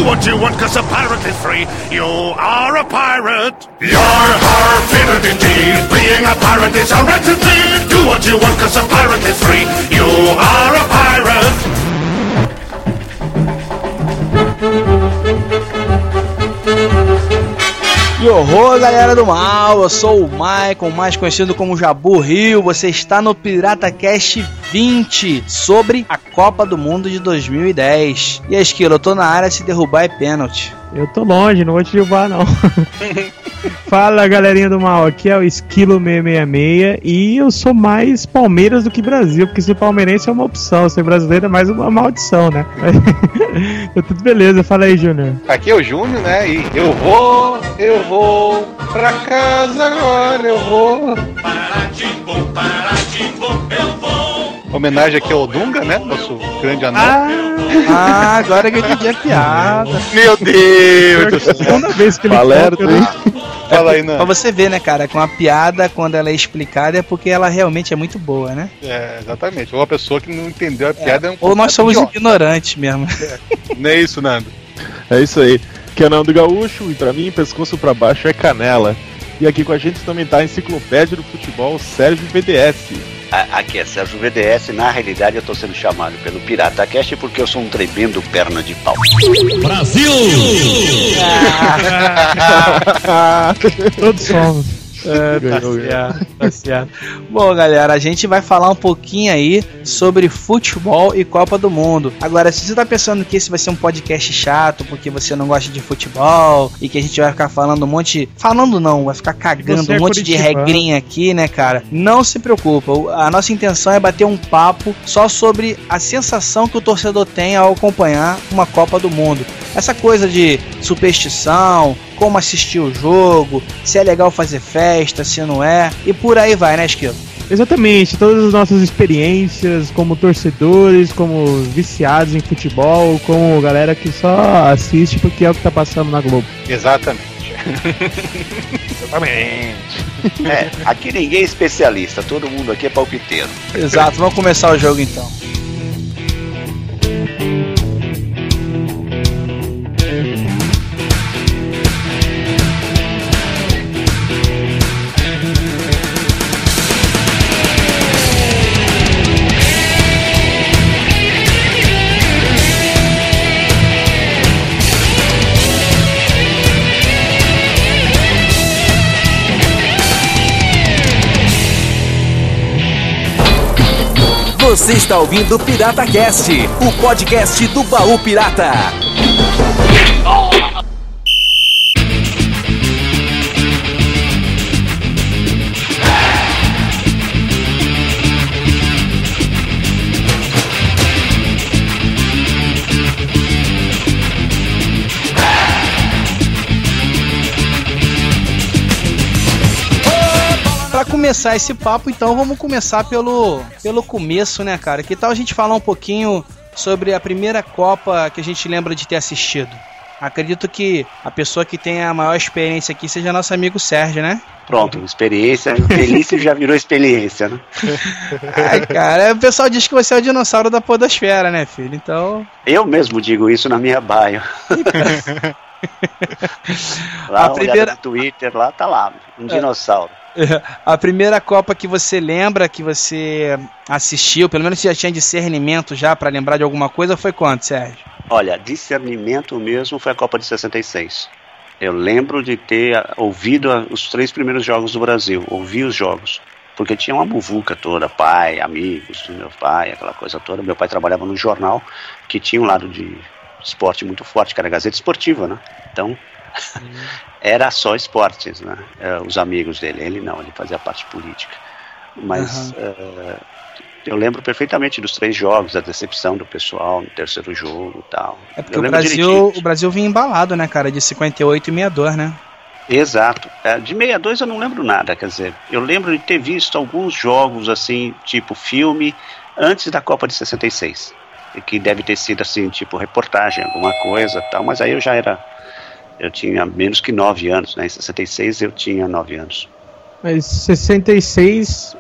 Do what you want, 'cause a pirate is free. You are a pirate. Yar-har, pirate indeed. Being a pirate is a right indeed. Do what you want, 'cause a pirate is free. You are a pirate. Que horror, galera do mal, eu sou o Maicon, mais conhecido como Jabu Rio. Você está no PirataCast 20, sobre a Copa do Mundo de 2010. E a Esquilo, eu tô na área, se derrubar é pênalti. Eu tô longe, não vou te derrubar não. Fala, galerinha do mal, aqui é o Esquilo 666 e eu sou mais Palmeiras do que Brasil, porque ser palmeirense é uma opção, ser brasileiro é mais uma maldição, né? Tudo beleza, fala aí, Júnior. Aqui é o Júnior, né? E eu vou pra casa agora, eu vou. Eu vou. Homenagem aqui ao Dunga, né? Nosso grande anão. Agora que eu entendi a piada. Meu Deus! Segunda vez que ele Fala aí, Nando. Pra você ver, né, cara, com a piada, quando ela é explicada, é porque ela realmente é muito boa, né? É, exatamente. Ou a pessoa que não entendeu a piada é um ou nós somos ignorantes mesmo. Não é isso, Nando? É isso aí. Que é Nando Gaúcho e pra mim, pescoço pra baixo é canela. E aqui com a gente também tá a enciclopédia do futebol, Sérgio VDS. Aqui é Sérgio VDS, na realidade eu tô sendo chamado pelo PirataCast porque eu sou um tremendo perna de pau. Brasil! Todos somos. Tá certo. Bom, galera, a gente vai falar um pouquinho aí sobre futebol e Copa do Mundo. Agora, se você tá pensando que esse vai ser um podcast chato porque você não gosta de futebol e que a gente vai ficar falando um monte... Falando não, vai ficar cagando um monte de regrinha aqui, né, cara? Não se preocupa, a nossa intenção é bater um papo só sobre a sensação que o torcedor tem ao acompanhar uma Copa do Mundo. Essa coisa de superstição, como assistir o jogo, se é legal fazer festa, se não é, e por aí vai, né, Esquilo? Exatamente, todas as nossas experiências como torcedores, como viciados em futebol, como galera que só assiste porque é o que tá passando na Globo. Exatamente. Aqui ninguém é especialista, todo mundo aqui é palpiteiro. Exato, vamos começar o jogo então. Você está ouvindo o PirataCast, o podcast do Baú Pirata. Começar esse papo, então vamos começar pelo começo, né, cara? Que tal a gente falar um pouquinho sobre a primeira Copa que a gente lembra de ter assistido? Acredito que a pessoa que tem a maior experiência aqui seja nosso amigo Sérgio, né? Pronto, experiência, delícia já virou experiência, né? Ai, cara, o pessoal diz que você é o dinossauro da podosfera, né, filho? Então... Eu mesmo digo isso na minha bio. Lá, a primeira... no Twitter, lá tá lá, um dinossauro. A primeira Copa que você lembra, que você assistiu, pelo menos você já tinha discernimento já pra lembrar de alguma coisa, foi quando, Sérgio? Olha, discernimento mesmo foi a Copa de 66. Eu lembro de ter ouvido os 3 primeiros jogos do Brasil, ouvi os jogos, porque tinha uma muvuca toda, pai, amigos do meu pai, aquela coisa toda. Meu pai trabalhava no jornal, que tinha um lado de esporte muito forte, que era a Gazeta Esportiva, né? Então... era só esportes, né? Os amigos dele, ele não, ele fazia parte política. Mas eu lembro perfeitamente dos 3 jogos, da decepção do pessoal no terceiro jogo e tal. É porque o Brasil vinha embalado, né, cara, de 58 e 62, né? Exato. De 62 eu não lembro nada, quer dizer, eu lembro de ter visto alguns jogos assim, tipo filme, antes da Copa de 66. Que deve ter sido assim, tipo reportagem, alguma coisa e tal, mas aí eu tinha menos que 9 anos, né? Em 66 eu tinha 9 anos. Mas 66,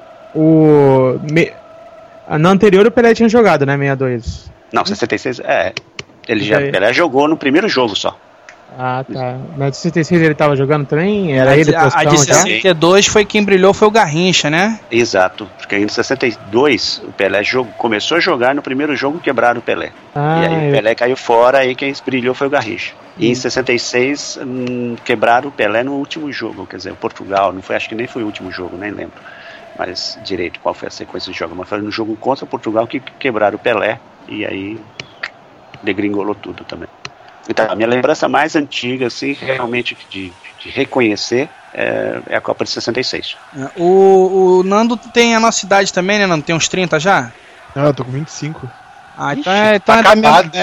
na anterior o Pelé tinha jogado, né? 62. Não, 66, Pelé jogou no primeiro jogo só. Ah, tá. Mas de 66 ele tava jogando também? Era ele A de 62 foi quem brilhou, foi o Garrincha, né? Exato, porque em 62 o Pelé começou a jogar no primeiro jogo, quebraram o Pelé. E aí o Pelé caiu fora, aí quem brilhou foi o Garrincha. E em 66 quebraram o Pelé no último jogo, quer dizer, o Portugal, acho que nem foi o último jogo, nem lembro. Mas direito qual foi a sequência de jogo, mas foi no jogo contra Portugal que quebraram o Pelé, e aí degringolou tudo também. Então, a minha lembrança mais antiga, assim, realmente de reconhecer, é a Copa de 66. O Nando tem a nossa idade também, né, Nando? Tem uns 30 já? Ah, eu tô com 25. Ah, então é da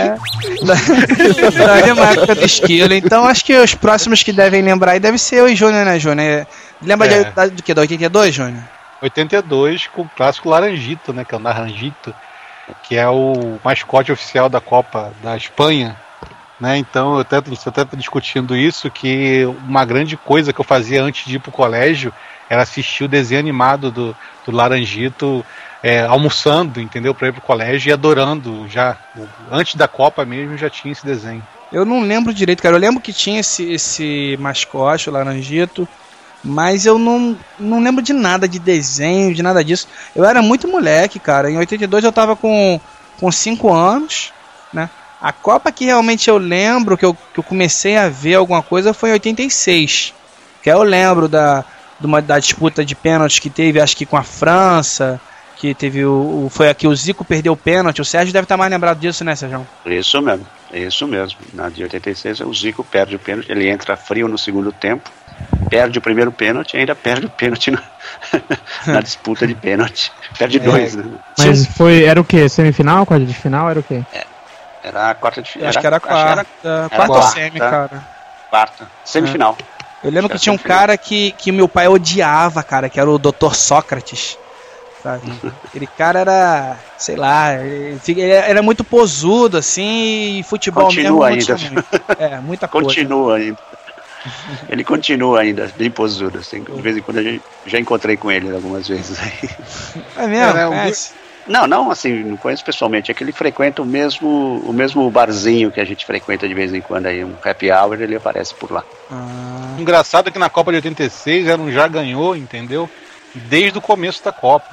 mesma época do Esquilo. Então acho que os próximos que devem lembrar aí deve ser eu e Júnior, né, Júnior? Lembra do que? Da 82, Júnior? 82 com o clássico Laranjito, né? Que é o Naranjito, que é o mascote oficial da Copa da Espanha. Né, então eu até discutindo isso, que uma grande coisa que eu fazia antes de ir pro colégio era assistir o desenho animado do Laranjito almoçando, entendeu? Pra ir pro colégio e adorando já. Antes da Copa mesmo já tinha esse desenho. Eu não lembro direito, cara. Eu lembro que tinha esse mascote, o Laranjito, mas eu não lembro de nada de desenho, de nada disso. Eu era muito moleque, cara. Em 82 eu tava com 5 anos, né? A Copa que realmente eu lembro, que eu comecei a ver alguma coisa, foi em 86. Que eu lembro da disputa de pênalti que teve, acho que com a França, que teve foi aqui o Zico perdeu o pênalti. O Sérgio deve estar mais lembrado disso, né, Sérgio? Isso mesmo. Na de 86 o Zico perde o pênalti, ele entra frio no segundo tempo, perde o primeiro pênalti e ainda perde o pênalti na disputa de pênalti. Perde 2, né? Mas era o quê? Semifinal? Quarta de final? Era o quê? Era a quarta de final. Acho que era a quarta semi, cara. Quarta. Semifinal. Eu lembro que tinha um cara que meu pai odiava, cara, que era o Dr. Sócrates. Sabe? Aquele cara era, sei lá, ele era muito posudo, assim, e futebol continua mesmo. Ainda. Muita coisa. Continua ainda. Ele continua ainda, bem posudo, assim. De vez em quando eu já encontrei com ele algumas vezes aí. É mesmo? Não, assim, não conheço pessoalmente, é que ele frequenta o mesmo barzinho que a gente frequenta de vez em quando aí, um happy hour, ele aparece por lá. Engraçado é que na Copa de 86 já ganhou, entendeu? Desde o começo da Copa.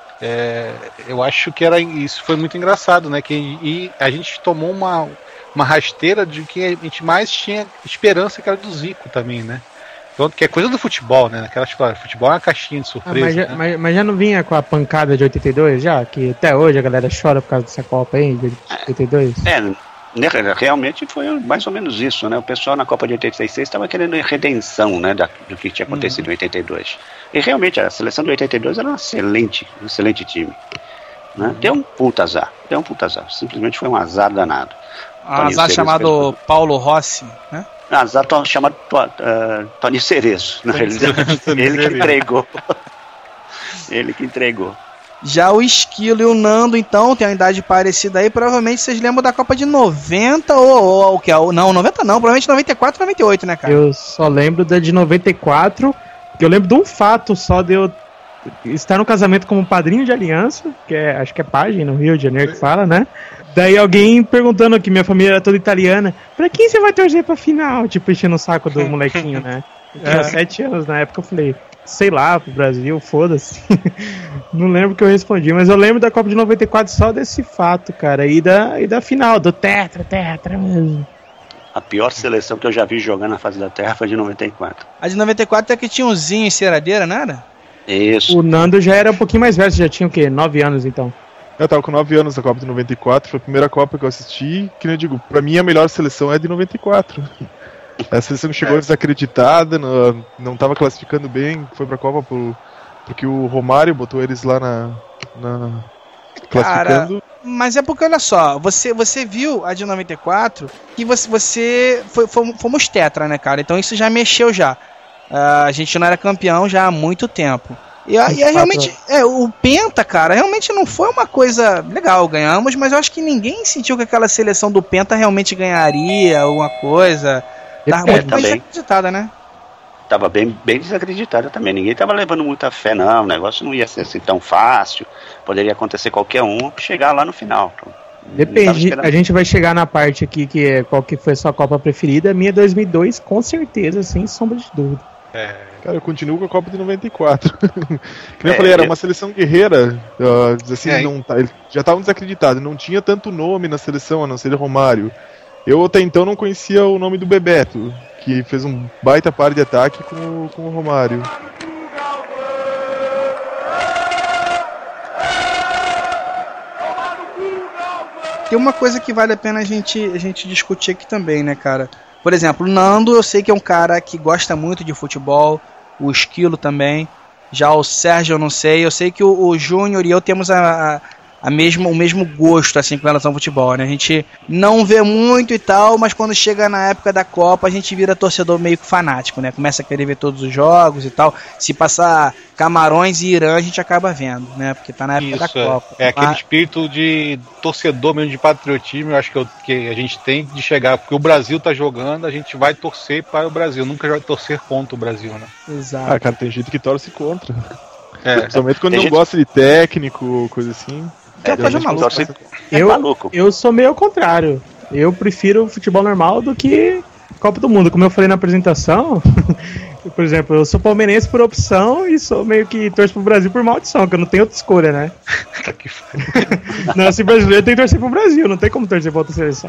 Eu acho que isso foi muito engraçado, né? E a gente tomou uma rasteira de que a gente mais tinha esperança, que era do Zico também, né? Que é coisa do futebol, né? Aquela história, futebol é uma caixinha de surpresa. Mas já não vinha com a pancada de 82 já? Que até hoje a galera chora por causa dessa Copa aí, de 82? Realmente foi mais ou menos isso, né? O pessoal na Copa de 86 estava querendo redenção, né, do que tinha acontecido em 82. E realmente a seleção de 82 era um excelente time, né? Deu um puta azar, simplesmente foi um azar danado. Azar chamado Paulo Rossi, né? Azar chamado Tony Cerezo, na realidade. Ele que entregou. Já o Esquilo e o Nando, então, tem uma idade parecida aí. Provavelmente vocês lembram da Copa de 90 ou o que? Não, 90 não, provavelmente 94, 98, né, cara? Eu só lembro da de 94, que eu lembro de um fato só de eu estar no casamento como padrinho de aliança, acho que é pajem no Rio de Janeiro que fala, né? Daí alguém perguntando que minha família era toda italiana, pra quem você vai torcer pra final? Tipo, enchendo o saco do molequinho, né? Eu tinha 7 anos na época, eu falei, sei lá, pro Brasil, foda-se. Não lembro o que eu respondi, mas eu lembro da Copa de 94 só desse fato, cara, e da final, do tetra mesmo. A pior seleção que eu já vi jogar na face da Terra foi de 94. A de 94 é que tinha um Zinho em Ceradeira, não era? Isso. O Nando já era um pouquinho mais velho, já tinha o quê? 9 anos, então? Eu tava com 9 anos na Copa de 94, foi a primeira Copa que eu assisti, que eu digo, pra mim a melhor seleção é de 94. A seleção chegou desacreditada, não tava classificando bem, foi pra Copa porque o Romário botou eles lá na classificando. Cara, mas é porque, olha só, você viu a de 94 e fomos tetra, né, cara? Então isso já mexeu já. A gente não era campeão já há muito tempo. E realmente, o Penta, cara, realmente não foi uma coisa legal, ganhamos, mas eu acho que ninguém sentiu que aquela seleção do Penta realmente ganharia alguma coisa. Tava muito mais desacreditada, né? Tava bem desacreditada também, ninguém tava levando muita fé, não, o negócio não ia ser assim tão fácil, poderia acontecer qualquer um chegar lá no final. Depende, a gente vai chegar na parte aqui que é qual que foi a sua Copa preferida. A minha 2002, com certeza, sem sombra de dúvida. Cara, eu continuo com a Copa de 94. Como eu falei, era uma seleção guerreira. Assim, eles já estavam desacreditados, não tinha tanto nome na seleção, a não ser Romário. Eu até então não conhecia o nome do Bebeto, que fez um baita par de ataque com o Romário. Tem uma coisa que vale a pena a gente discutir aqui também, né, cara? Por exemplo, o Nando, eu sei que é um cara que gosta muito de futebol, o Esquilo também. Já o Sérgio, eu não sei. Eu sei que o Júnior e eu temos o mesmo gosto, assim, com relação ao futebol, né? A gente não vê muito e tal, mas quando chega na época da Copa, a gente vira torcedor meio que fanático, né? Começa a querer ver todos os jogos e tal. Se passar Camarões e Irã, a gente acaba vendo, né? Porque tá na época da Copa. É aquele espírito de torcedor mesmo, de patriotismo, eu acho que a gente tem de chegar, porque o Brasil tá jogando, a gente vai torcer para o Brasil, nunca vai torcer contra o Brasil, né? Exato. Cara, tem gente que torce contra. Principalmente quando não gosta de técnico, coisa assim. Eu sou meio ao contrário. Eu prefiro o futebol normal do que Copa do Mundo. Como eu falei na apresentação, por exemplo, eu sou palmeirense por opção e sou meio que torço pro Brasil por maldição, que eu não tenho outra escolha, né? Não, se brasileiro tem que torcer pro Brasil, não tem como torcer pra outra seleção.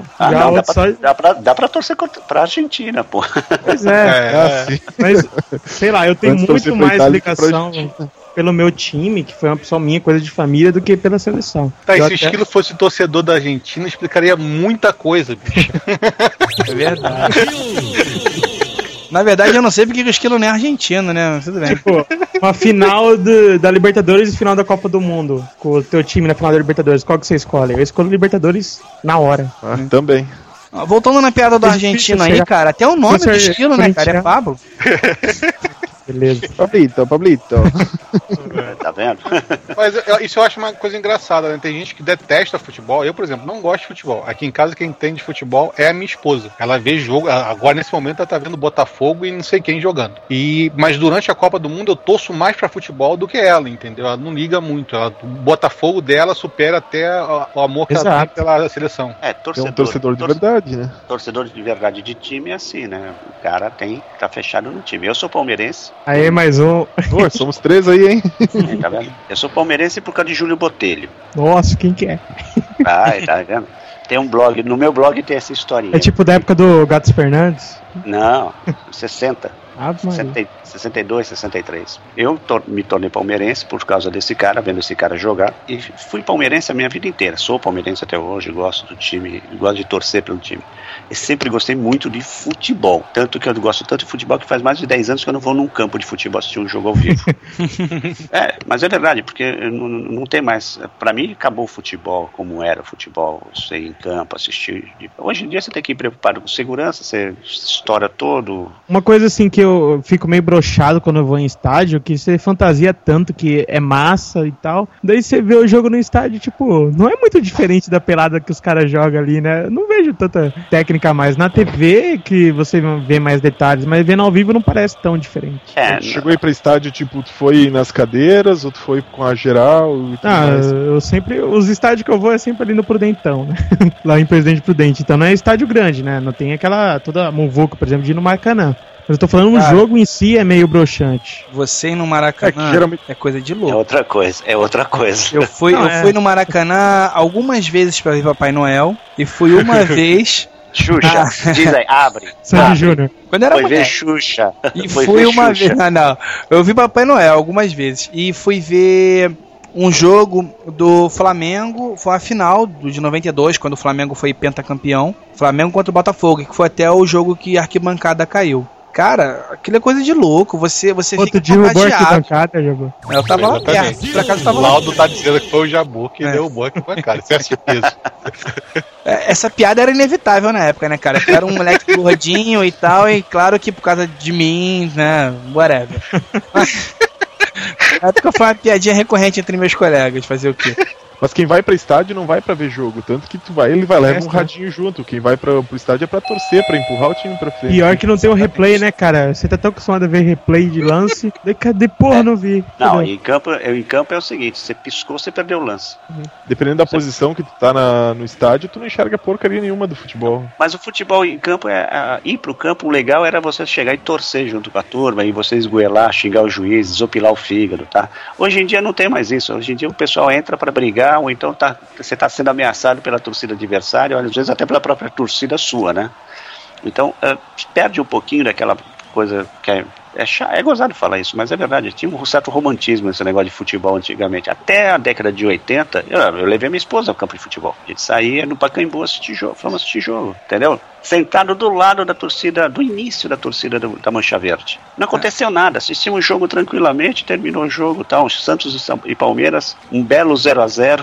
Dá pra torcer pra Argentina, pô. Pois mas, sei lá, eu tenho muito mais ligação pelo meu time, que foi uma opção minha, coisa de família, do que pela seleção. Se o Esquilo fosse torcedor da Argentina, explicaria muita coisa, bicho. É verdade. Na verdade, eu não sei porque o Esquilo não é argentino, né? Mas tudo bem. Tipo, uma final da Libertadores e final da Copa do Mundo. Com o teu time na final da Libertadores, qual que você escolhe? Eu escolho Libertadores na hora. Também. Voltando na piada do argentino aí, cara, até o nome do Esquilo, né, cara? É Pablo. Beleza. Pablito. Tá vendo? Mas isso eu acho uma coisa engraçada, né? Tem gente que detesta futebol. Eu, por exemplo, não gosto de futebol. Aqui em casa quem entende de futebol é a minha esposa. Ela vê jogo, agora nesse momento ela tá vendo Botafogo e não sei quem jogando. Mas durante a Copa do Mundo eu torço mais pra futebol do que ela, entendeu? Ela não liga muito. O Botafogo dela supera até o amor que ela tem pela seleção. É um torcedor de verdade, né? Torcedor de verdade de time é assim, né? O cara tá fechado no time. Eu sou palmeirense. Aí, mais um. Pô, somos 3 aí, hein? Tá vendo? Eu sou palmeirense por causa de Júlio Botelho. Nossa, quem que é? Tá vendo? Tem um blog, no meu blog tem essa historinha. É tipo da época do Gatos Fernandes? Não, 60. 62, 63. Eu me tornei palmeirense por causa desse cara, vendo esse cara jogar, e fui palmeirense a minha vida inteira. Sou palmeirense até hoje, gosto do time, gosto de torcer pelo time. E sempre gostei muito de futebol, tanto que eu gosto tanto de futebol que faz mais de 10 anos que eu não vou num campo de futebol assistir um jogo ao vivo. Mas é verdade, porque não tem mais. Pra mim acabou o futebol como era o futebol, você ir em campo, assistir. Hoje em dia você tem que ir preocupado com segurança, você estoura todo. Uma coisa assim que eu fico meio broxado quando eu vou em estádio, que você fantasia tanto que é massa e tal, daí você vê o jogo no estádio, tipo, não é muito diferente da pelada que os caras jogam ali, né? Eu não vejo tanta técnica a mais. Na TV que você vê mais detalhes, mas vendo ao vivo não parece tão diferente. Chegou aí pra estádio, tipo, tu foi nas cadeiras, ou tu foi com a geral? Eu sempre, os estádios que eu vou é sempre ali no Prudentão, né? Lá em Presidente Prudente, então não é estádio grande, né? Não tem aquela, toda muvuca, por exemplo, de ir no Maracanã. Mas eu tô falando, o jogo em si é meio broxante. Você ir no Maracanã é coisa de louco. É outra coisa. Eu fui no Maracanã algumas vezes pra ver Papai Noel, e fui uma vez... Xuxa, diz aí, abre. Sandy Júnior. Quando era ver Xuxa. E fui uma vez... Não, eu vi Papai Noel algumas vezes, e fui ver... um jogo do Flamengo, foi a final de 92, quando o Flamengo foi pentacampeão, Flamengo contra o Botafogo, que foi até o jogo que a arquibancada caiu. Cara, aquilo é coisa de louco, você fica contagiado. Eu tava lá perto, por acaso tava lá. O Laudo tá dizendo que foi o Jabu que derrubou a arquibancada, isso é certeza. Essa piada era inevitável na época, né, cara? Eu era um moleque gordinho e tal, e claro que por causa de mim, né, whatever. Na época foi uma piadinha recorrente entre meus colegas, fazer o quê? Mas quem vai pra estádio não vai pra ver jogo. Tanto que tu vai, ele vai levar um radinho junto. Quem vai pro estádio é pra torcer, pra empurrar o time pra frente. Pior que não tem o replay, né, cara? Você tá tão acostumado a ver replay de lance. Cadê porra, não vi. Não, em campo é o seguinte, você piscou, você perdeu o lance. Dependendo da posição que tu tá no estádio, tu não enxerga porcaria nenhuma do futebol. Mas o futebol em campo, ir pro campo, o legal era você chegar e torcer junto com a turma, e você esgoelar, xingar o juiz, desopilar o fígado, tá? Hoje em dia não tem mais isso. Hoje em dia o pessoal entra pra brigar, ou então você está sendo ameaçado pela torcida adversária, ou às vezes até pela própria torcida sua, né? Então, perde um pouquinho daquela coisa que é gozado falar isso, mas é verdade. Tinha um certo romantismo nesse negócio de futebol antigamente. Até a década de 80, eu levei minha esposa ao campo de futebol. A gente saía no Pacaembu assistir jogo, entendeu? Sentado do lado da torcida, do início da torcida da Mancha Verde. Não aconteceu nada, assistimos o jogo tranquilamente, terminou o jogo, tal, Santos e Palmeiras, um belo 0-0.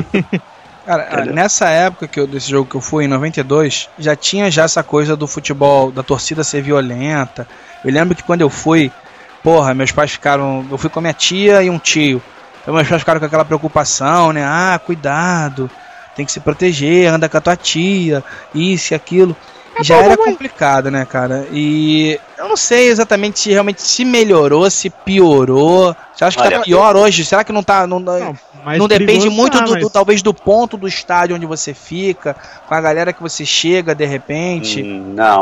Cara, nessa época desse jogo que eu fui, em 92, já tinha essa coisa do futebol, da torcida ser violenta. Eu lembro que quando eu fui, meus pais ficaram... Eu fui com a minha tia e um tio. Então meus pais ficaram com aquela preocupação, né? Cuidado, tem que se proteger, anda com a tua tia, isso e aquilo. Já era complicado, né, cara? E eu não sei exatamente se realmente se melhorou, se piorou. Você acha que tá pior hoje? Será que não tá... Não depende muito talvez do ponto do estádio onde você fica, com a galera que você chega de repente? Não.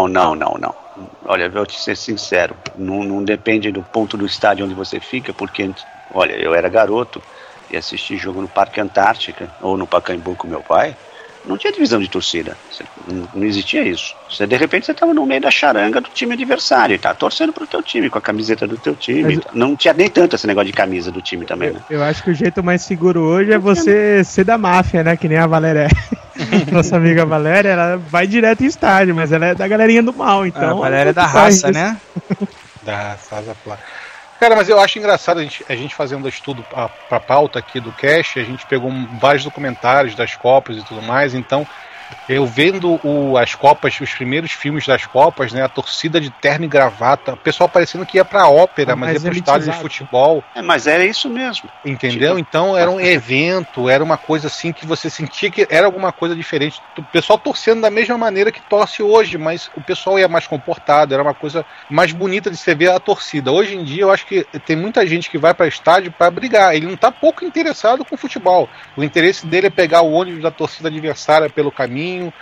Olha, eu vou te ser sincero, não depende do ponto do estádio onde você fica, porque, olha, eu era garoto e assisti jogo no Parque Antártica ou no Pacaembu com meu pai. Não tinha divisão de torcida, não existia isso. De repente você estava no meio da charanga do time adversário e tá torcendo pro teu time, com a camiseta do teu time. Não tinha nem tanto esse negócio de camisa do time também, né? Eu acho que o jeito mais seguro hoje é você ser da máfia, né? Que nem a Valéria é. Nossa amiga Valéria, ela vai direto em estádio, mas ela é da galerinha do mal, então... A Valéria é da raça, né? Da raça, Cara, mas eu acho engraçado a gente fazendo estudo pra pauta aqui do Cast, a gente pegou vários documentários das Copas e tudo mais, então eu vendo as Copas, os primeiros filmes das Copas, né, a torcida de terno e gravata, o pessoal parecendo que ia pra ópera, mas ia pro estádio de futebol. Mas era isso mesmo. Entendeu? Então era um evento, era uma coisa assim que você sentia que era alguma coisa diferente. O pessoal torcendo da mesma maneira que torce hoje, mas o pessoal ia mais comportado, era uma coisa mais bonita de se ver a torcida. Hoje em dia eu acho que tem muita gente que vai para estádio para brigar, ele não tá pouco interessado com futebol. O interesse dele é pegar o ônibus da torcida adversária pelo caminho,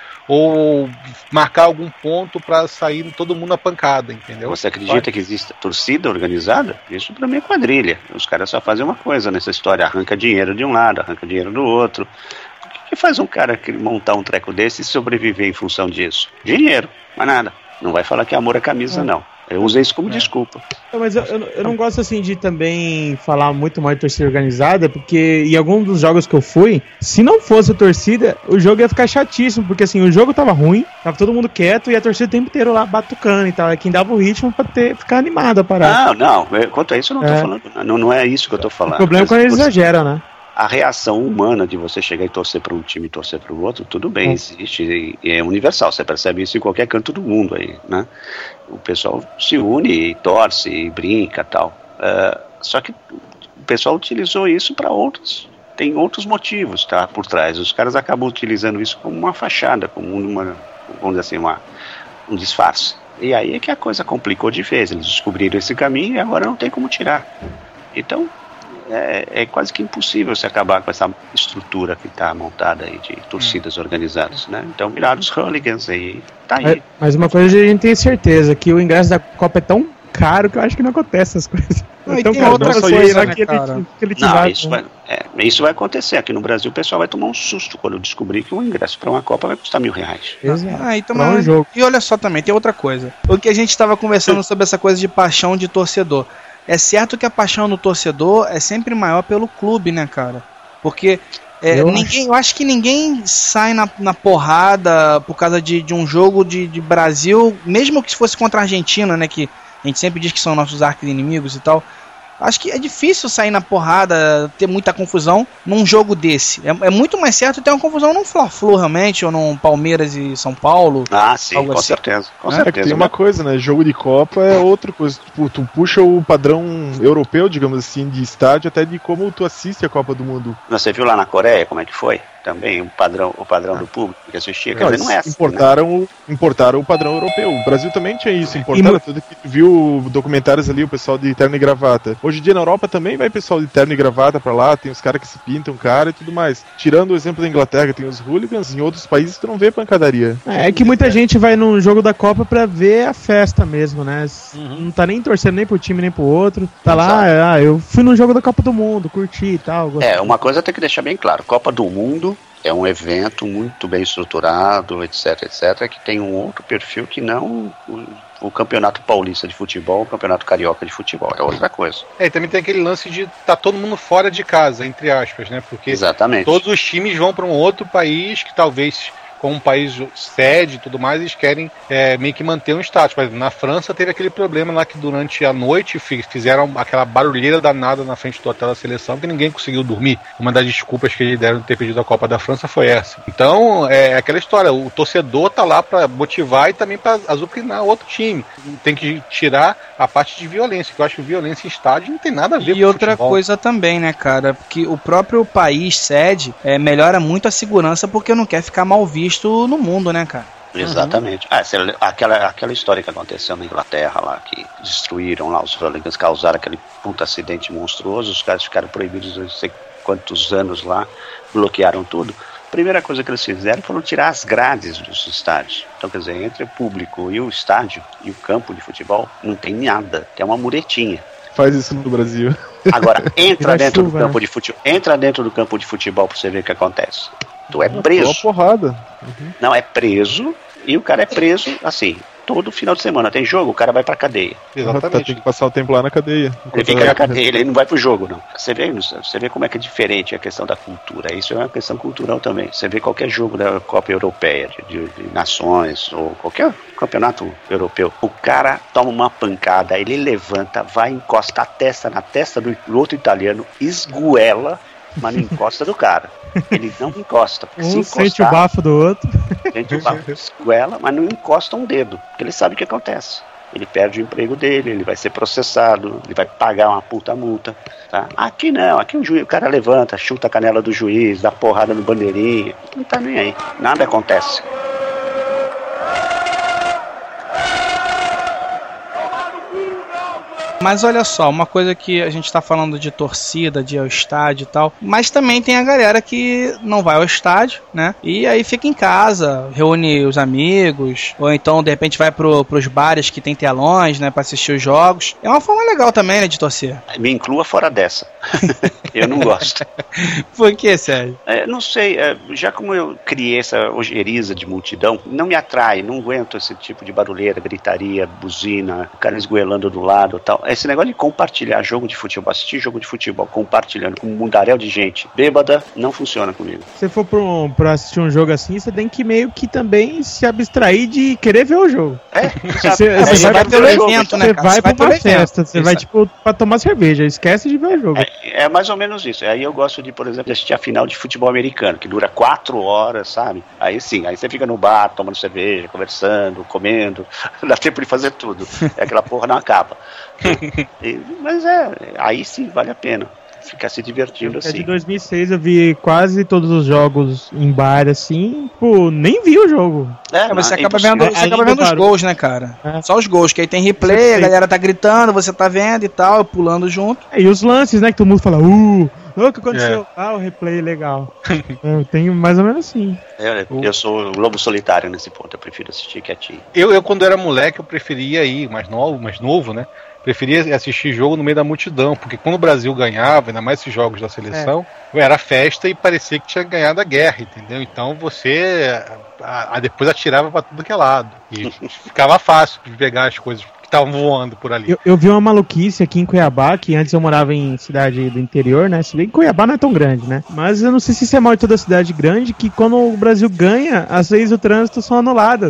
ou marcar algum ponto para sair todo mundo na pancada, entendeu? Você acredita que existe torcida organizada? Isso pra mim é quadrilha. Os caras só fazem uma coisa nessa história, arranca dinheiro de um lado, arranca dinheiro do outro. O que faz um cara montar um treco desse e sobreviver em função disso? Dinheiro, mais nada. Não vai falar que amor é camisa, não. Eu usei isso como desculpa. Mas eu não gosto assim de também falar muito mal de torcida organizada, porque em algum dos jogos que eu fui, se não fosse a torcida, o jogo ia ficar chatíssimo, porque assim, o jogo tava ruim, tava todo mundo quieto e a torcida o tempo inteiro lá batucando e tal. É quem dava o ritmo pra ficar animado a parada. Não, quanto a isso eu não tô falando. Não é isso que eu tô falando. O problema é quando eles exageram, né? A reação humana de você chegar e torcer para um time e torcer para o outro, tudo bem, existe e é universal, você percebe isso em qualquer canto do mundo aí, né? O pessoal se une e torce e brinca e tal. Só que o pessoal utilizou isso para outros, tem outros motivos, tá, por trás. Os caras acabam utilizando isso como uma fachada, como vamos dizer assim, um disfarce. E aí é que a coisa complicou de vez, eles descobriram esse caminho e agora não tem como tirar. Então... É quase que impossível se acabar com essa estrutura que está montada aí de torcidas organizadas, né? Então viraram os hooligans aí, tá aí. Mas uma coisa a gente tem certeza, que o ingresso da Copa é tão caro que eu acho que não acontece essas coisas. Não, então tem outra coisa, né, cara? Isso vai acontecer. Aqui no Brasil o pessoal vai tomar um susto quando descobrir que o ingresso para uma Copa vai custar R$1.000. Então, e olha só também, tem outra coisa. O que a gente estava conversando sobre essa coisa de paixão de torcedor. É certo que a paixão do torcedor é sempre maior pelo clube, né, cara? Porque eu acho que ninguém sai na porrada por causa de um jogo de Brasil, mesmo que fosse contra a Argentina, né, que a gente sempre diz que são nossos arqui-inimigos e tal. Acho que é difícil sair na porrada, ter muita confusão num jogo desse. É muito mais certo ter uma confusão num Fla-Flu realmente, ou num Palmeiras e São Paulo. Ah, sim, com assim. certeza. Com É que certeza. tem uma coisa, né? Jogo de Copa é outra coisa. Tipo, tu puxa o padrão europeu, digamos assim, de estádio, até de como tu assiste a Copa do Mundo. Você viu lá na Coreia como é que foi? Também o padrão do público que assistia. Quer dizer, não é assim, importaram o padrão europeu. O Brasil também tinha isso, importaram tudo que tu viu documentários ali, o pessoal de terno e gravata. Hoje em dia na Europa também vai pessoal de terno e gravata pra lá, tem os caras que se pintam cara e tudo mais. Tirando o exemplo da Inglaterra, tem os hooligans, em outros países tu não vê pancadaria. É que muita gente vai num jogo da Copa pra ver a festa mesmo, né? Não tá nem torcendo nem pro time nem pro outro. Tá lá, eu fui num jogo da Copa do Mundo, curti e tal. Gostei. Uma coisa tem que deixar bem claro, Copa do Mundo é um evento muito bem estruturado, etc, que tem um outro perfil que não o Campeonato Paulista de Futebol, o Campeonato Carioca de Futebol, é outra coisa. E também tem aquele lance de tá todo mundo fora de casa, entre aspas, né? Porque exatamente, todos os times vão para um outro país que talvez, como um país sede e tudo mais, eles querem meio que manter um status. Mas na França teve aquele problema lá que durante a noite fizeram aquela barulheira danada na frente do hotel da seleção que ninguém conseguiu dormir. Uma das desculpas que eles deram de ter pedido a Copa da França foi essa. Então, é aquela história, o torcedor tá lá para motivar e também para azucrinar outro time. Tem que tirar a parte de violência, que eu acho que violência em estádio não tem nada a ver com E outra futebol. coisa também, né, cara, porque o próprio país sede melhora muito a segurança porque não quer ficar mal visto no mundo, né, cara? Exatamente. Aquela história que aconteceu na Inglaterra lá, que destruíram lá os hooligans, causaram aquele puta acidente monstruoso, os caras ficaram proibidos não sei quantos anos lá, bloquearam tudo. A primeira coisa que eles fizeram foram tirar as grades dos estádios. Então, quer dizer, entre o público e o estádio e o campo de futebol, não tem nada, tem uma muretinha. Faz isso no Brasil. Agora, entra dentro do campo de futebol pra você ver o que acontece. Tu é preso. Uma porrada. Não, é preso, e o cara é preso, assim, todo final de semana tem jogo, o cara vai pra cadeia. Exatamente. Tem que passar o tempo lá na cadeia. Ele fica na cadeia, ele não vai pro jogo, não. Você vê como é que é diferente a questão da cultura. Isso é uma questão cultural também. Você vê qualquer jogo da Copa Europeia, de nações, ou qualquer campeonato europeu, o cara toma uma pancada, ele levanta, vai, encosta a testa na testa do outro italiano, esguela, mas não encosta do cara. Ele não encosta. Porque se encostar, sente o bafo do outro. Sente o bafo, esguela, mas não encosta um dedo. Porque ele sabe o que acontece. Ele perde o emprego dele, ele vai ser processado, ele vai pagar uma puta multa. Tá? Aqui não, aqui o cara levanta, chuta a canela do juiz, dá porrada no bandeirinha. Não tá nem aí. Nada acontece. Mas olha só, uma coisa que a gente tá falando de torcida, de ir ao estádio e tal, mas também tem a galera que não vai ao estádio, né? E aí fica em casa, reúne os amigos, ou então de repente vai pros bares que tem telões, né, pra assistir os jogos. É uma forma legal também, né, de torcer. Me inclua fora dessa. Eu não gosto. Por que, Sérgio? Não sei, já como eu criei essa ojeriza de multidão, não me atrai, não aguento esse tipo de barulheira, gritaria, buzina, o cara esgoelando do lado e tal. Esse negócio de compartilhar jogo de futebol, assistir jogo de futebol, compartilhando com um mundaréu de gente bêbada, não funciona comigo. Se for pra assistir um jogo assim, você tem que meio que também se abstrair de querer ver o jogo. Você vai pelo evento, né? Você vai pra uma festa, você vai tipo pra tomar cerveja, esquece de ver o jogo. É mais ou menos isso. Aí eu gosto de, por exemplo, assistir a final de futebol americano, que dura 4 horas, sabe? Aí sim, aí você fica no bar, tomando cerveja, conversando, comendo, dá tempo de fazer tudo. Aquela porra não acaba. Mas aí sim vale a pena ficar se divertindo assim. De 2006 eu vi quase todos os jogos em bar assim, pô, nem vi o jogo. Você acaba vendo os gols, né, cara? Só os gols, que aí tem replay, a galera tá gritando, você tá vendo e tal, pulando junto. E os lances, né, que todo mundo fala, o que aconteceu? O replay, legal. Eu tenho mais ou menos assim. Eu sou o lobo solitário nesse ponto, eu prefiro assistir quietinho. Eu quando era moleque, eu preferia ir mais novo, né? Preferia assistir jogo no meio da multidão, porque quando o Brasil ganhava, ainda mais esses jogos da seleção, era festa e parecia que tinha ganhado a guerra, entendeu? Então você depois atirava pra tudo que é lado. E ficava fácil de pegar as coisas que estavam voando por ali. Eu vi uma maluquice aqui em Cuiabá, que antes eu morava em cidade do interior, né? Se bem que Cuiabá não é tão grande, né? Mas eu não sei se isso é mal de toda cidade grande, que quando o Brasil ganha, as leis do trânsito são anuladas.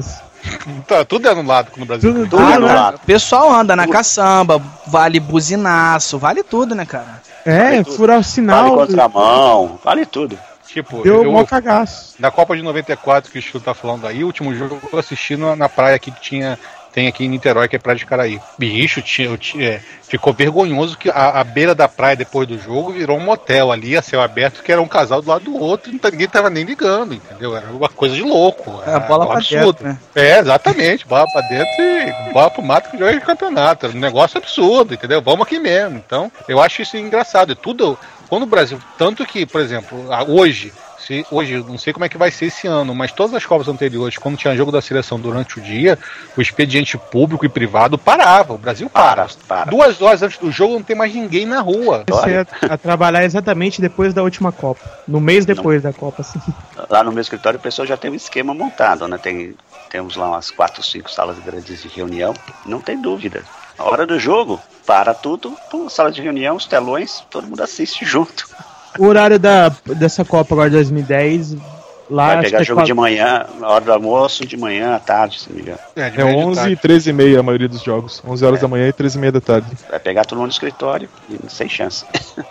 Tá, tudo é anulado no Brasil. Tudo anulado. O pessoal anda na caçamba, vale buzinaço, vale tudo, né, cara? Vale furar o sinal. Vale contramão, vale tudo. Tipo, deu mó cagaço. Na Copa de 94 que o Chico tá falando aí, o último jogo eu assisti na praia aqui que tem aqui em Niterói, que é Praia de Caraí. Bicho, ficou vergonhoso que a beira da praia, depois do jogo, virou um motel ali, a céu aberto, que era um casal do lado do outro, e ninguém tava nem ligando, entendeu? Era uma coisa de louco. Era bola pra absurdo. dentro, né? Exatamente, bola pra dentro e bola pro mato que joga de campeonato. Era um negócio absurdo, entendeu? Vamos aqui mesmo. Então, eu acho isso engraçado. E tudo, quando o Brasil, tanto que, por exemplo, hoje, não sei como é que vai ser esse ano, mas todas as Copas anteriores, quando tinha jogo da seleção durante o dia, o expediente público e privado parava. O Brasil para. 2 horas antes do jogo não tem mais ninguém na rua. Comecei a trabalhar exatamente depois da última Copa. No mês depois da Copa, assim. Lá no meu escritório o pessoal já tem um esquema montado, né? Temos lá umas 4 ou 5 salas grandes de reunião, não tem dúvida. A hora do jogo, para tudo, sala de reunião, os telões, todo mundo assiste junto. O horário dessa Copa agora de 2010, lá... Vai pegar jogo de manhã, na hora do almoço, de manhã, à tarde, se não me engano. É 11 e 13 e meia a maioria dos jogos. 11 horas da manhã e 13 e meia da tarde. Vai pegar todo mundo no escritório, e sem chance.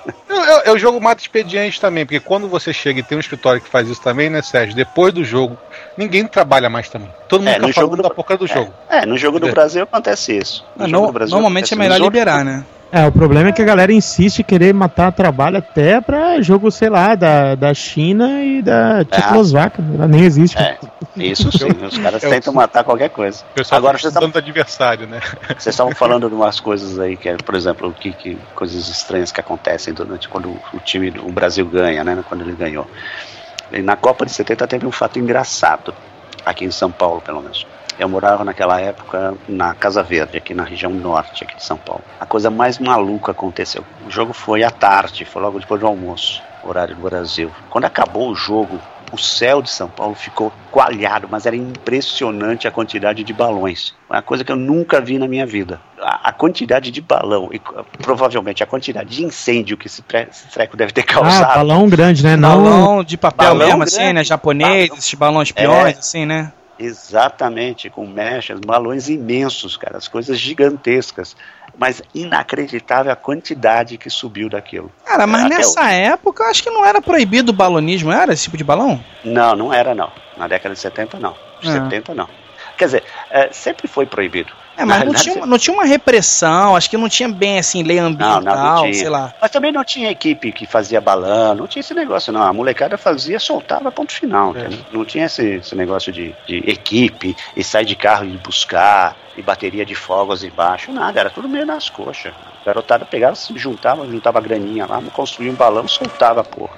É o jogo mata expediente também, porque quando você chega e tem um escritório que faz isso também, né, Sérgio? Depois do jogo, ninguém trabalha mais também. Todo mundo fica falando da porca do jogo. No jogo do Brasil acontece isso. Normalmente é melhor liberar, né? O problema é que a galera insiste em querer matar trabalho até pra jogo, sei lá, da China e da Tchecoslováquia. Ela nem existe. Isso sim, os caras tentam matar qualquer coisa. Agora vocês estão do adversário, né? Vocês estavam falando de umas coisas aí, que é, por exemplo, coisas estranhas que acontecem durante quando o Brasil ganha, né? Quando ele ganhou. E na Copa de 70 teve um fato engraçado, aqui em São Paulo, pelo menos. Eu morava naquela época na Casa Verde, aqui na região norte aqui de São Paulo. A coisa mais maluca aconteceu. O jogo foi à tarde, foi logo depois do almoço, horário do Brasil. Quando acabou o jogo, o céu de São Paulo ficou coalhado, mas era impressionante a quantidade de balões. Uma coisa que eu nunca vi na minha vida. A quantidade de balão e provavelmente a quantidade de incêndio que esse treco deve ter causado. Balão grande, né? Balão de papel mesmo, grande, assim, né? Japonês, esses balões peões, assim, né? Exatamente, com mechas, balões imensos, cara, as coisas gigantescas, mas inacreditável a quantidade que subiu daquilo. Cara, mas nessa época, acho que não era proibido o balonismo, era esse tipo de balão? Não era não, na década de 70 não, 70 não. Quer dizer, sempre foi proibido. Mas não tinha uma repressão, acho que não tinha bem assim, lei ambiental, não tinha. Sei lá. Mas também não tinha equipe que fazia balão, não tinha esse negócio não, a molecada fazia, soltava, ponto final. Não tinha esse negócio de equipe, e sair de carro e buscar, e bateria de fogos embaixo, nada, era tudo meio nas coxas. A garotada pegava, se juntava a graninha lá, construía um balão, soltava a porra.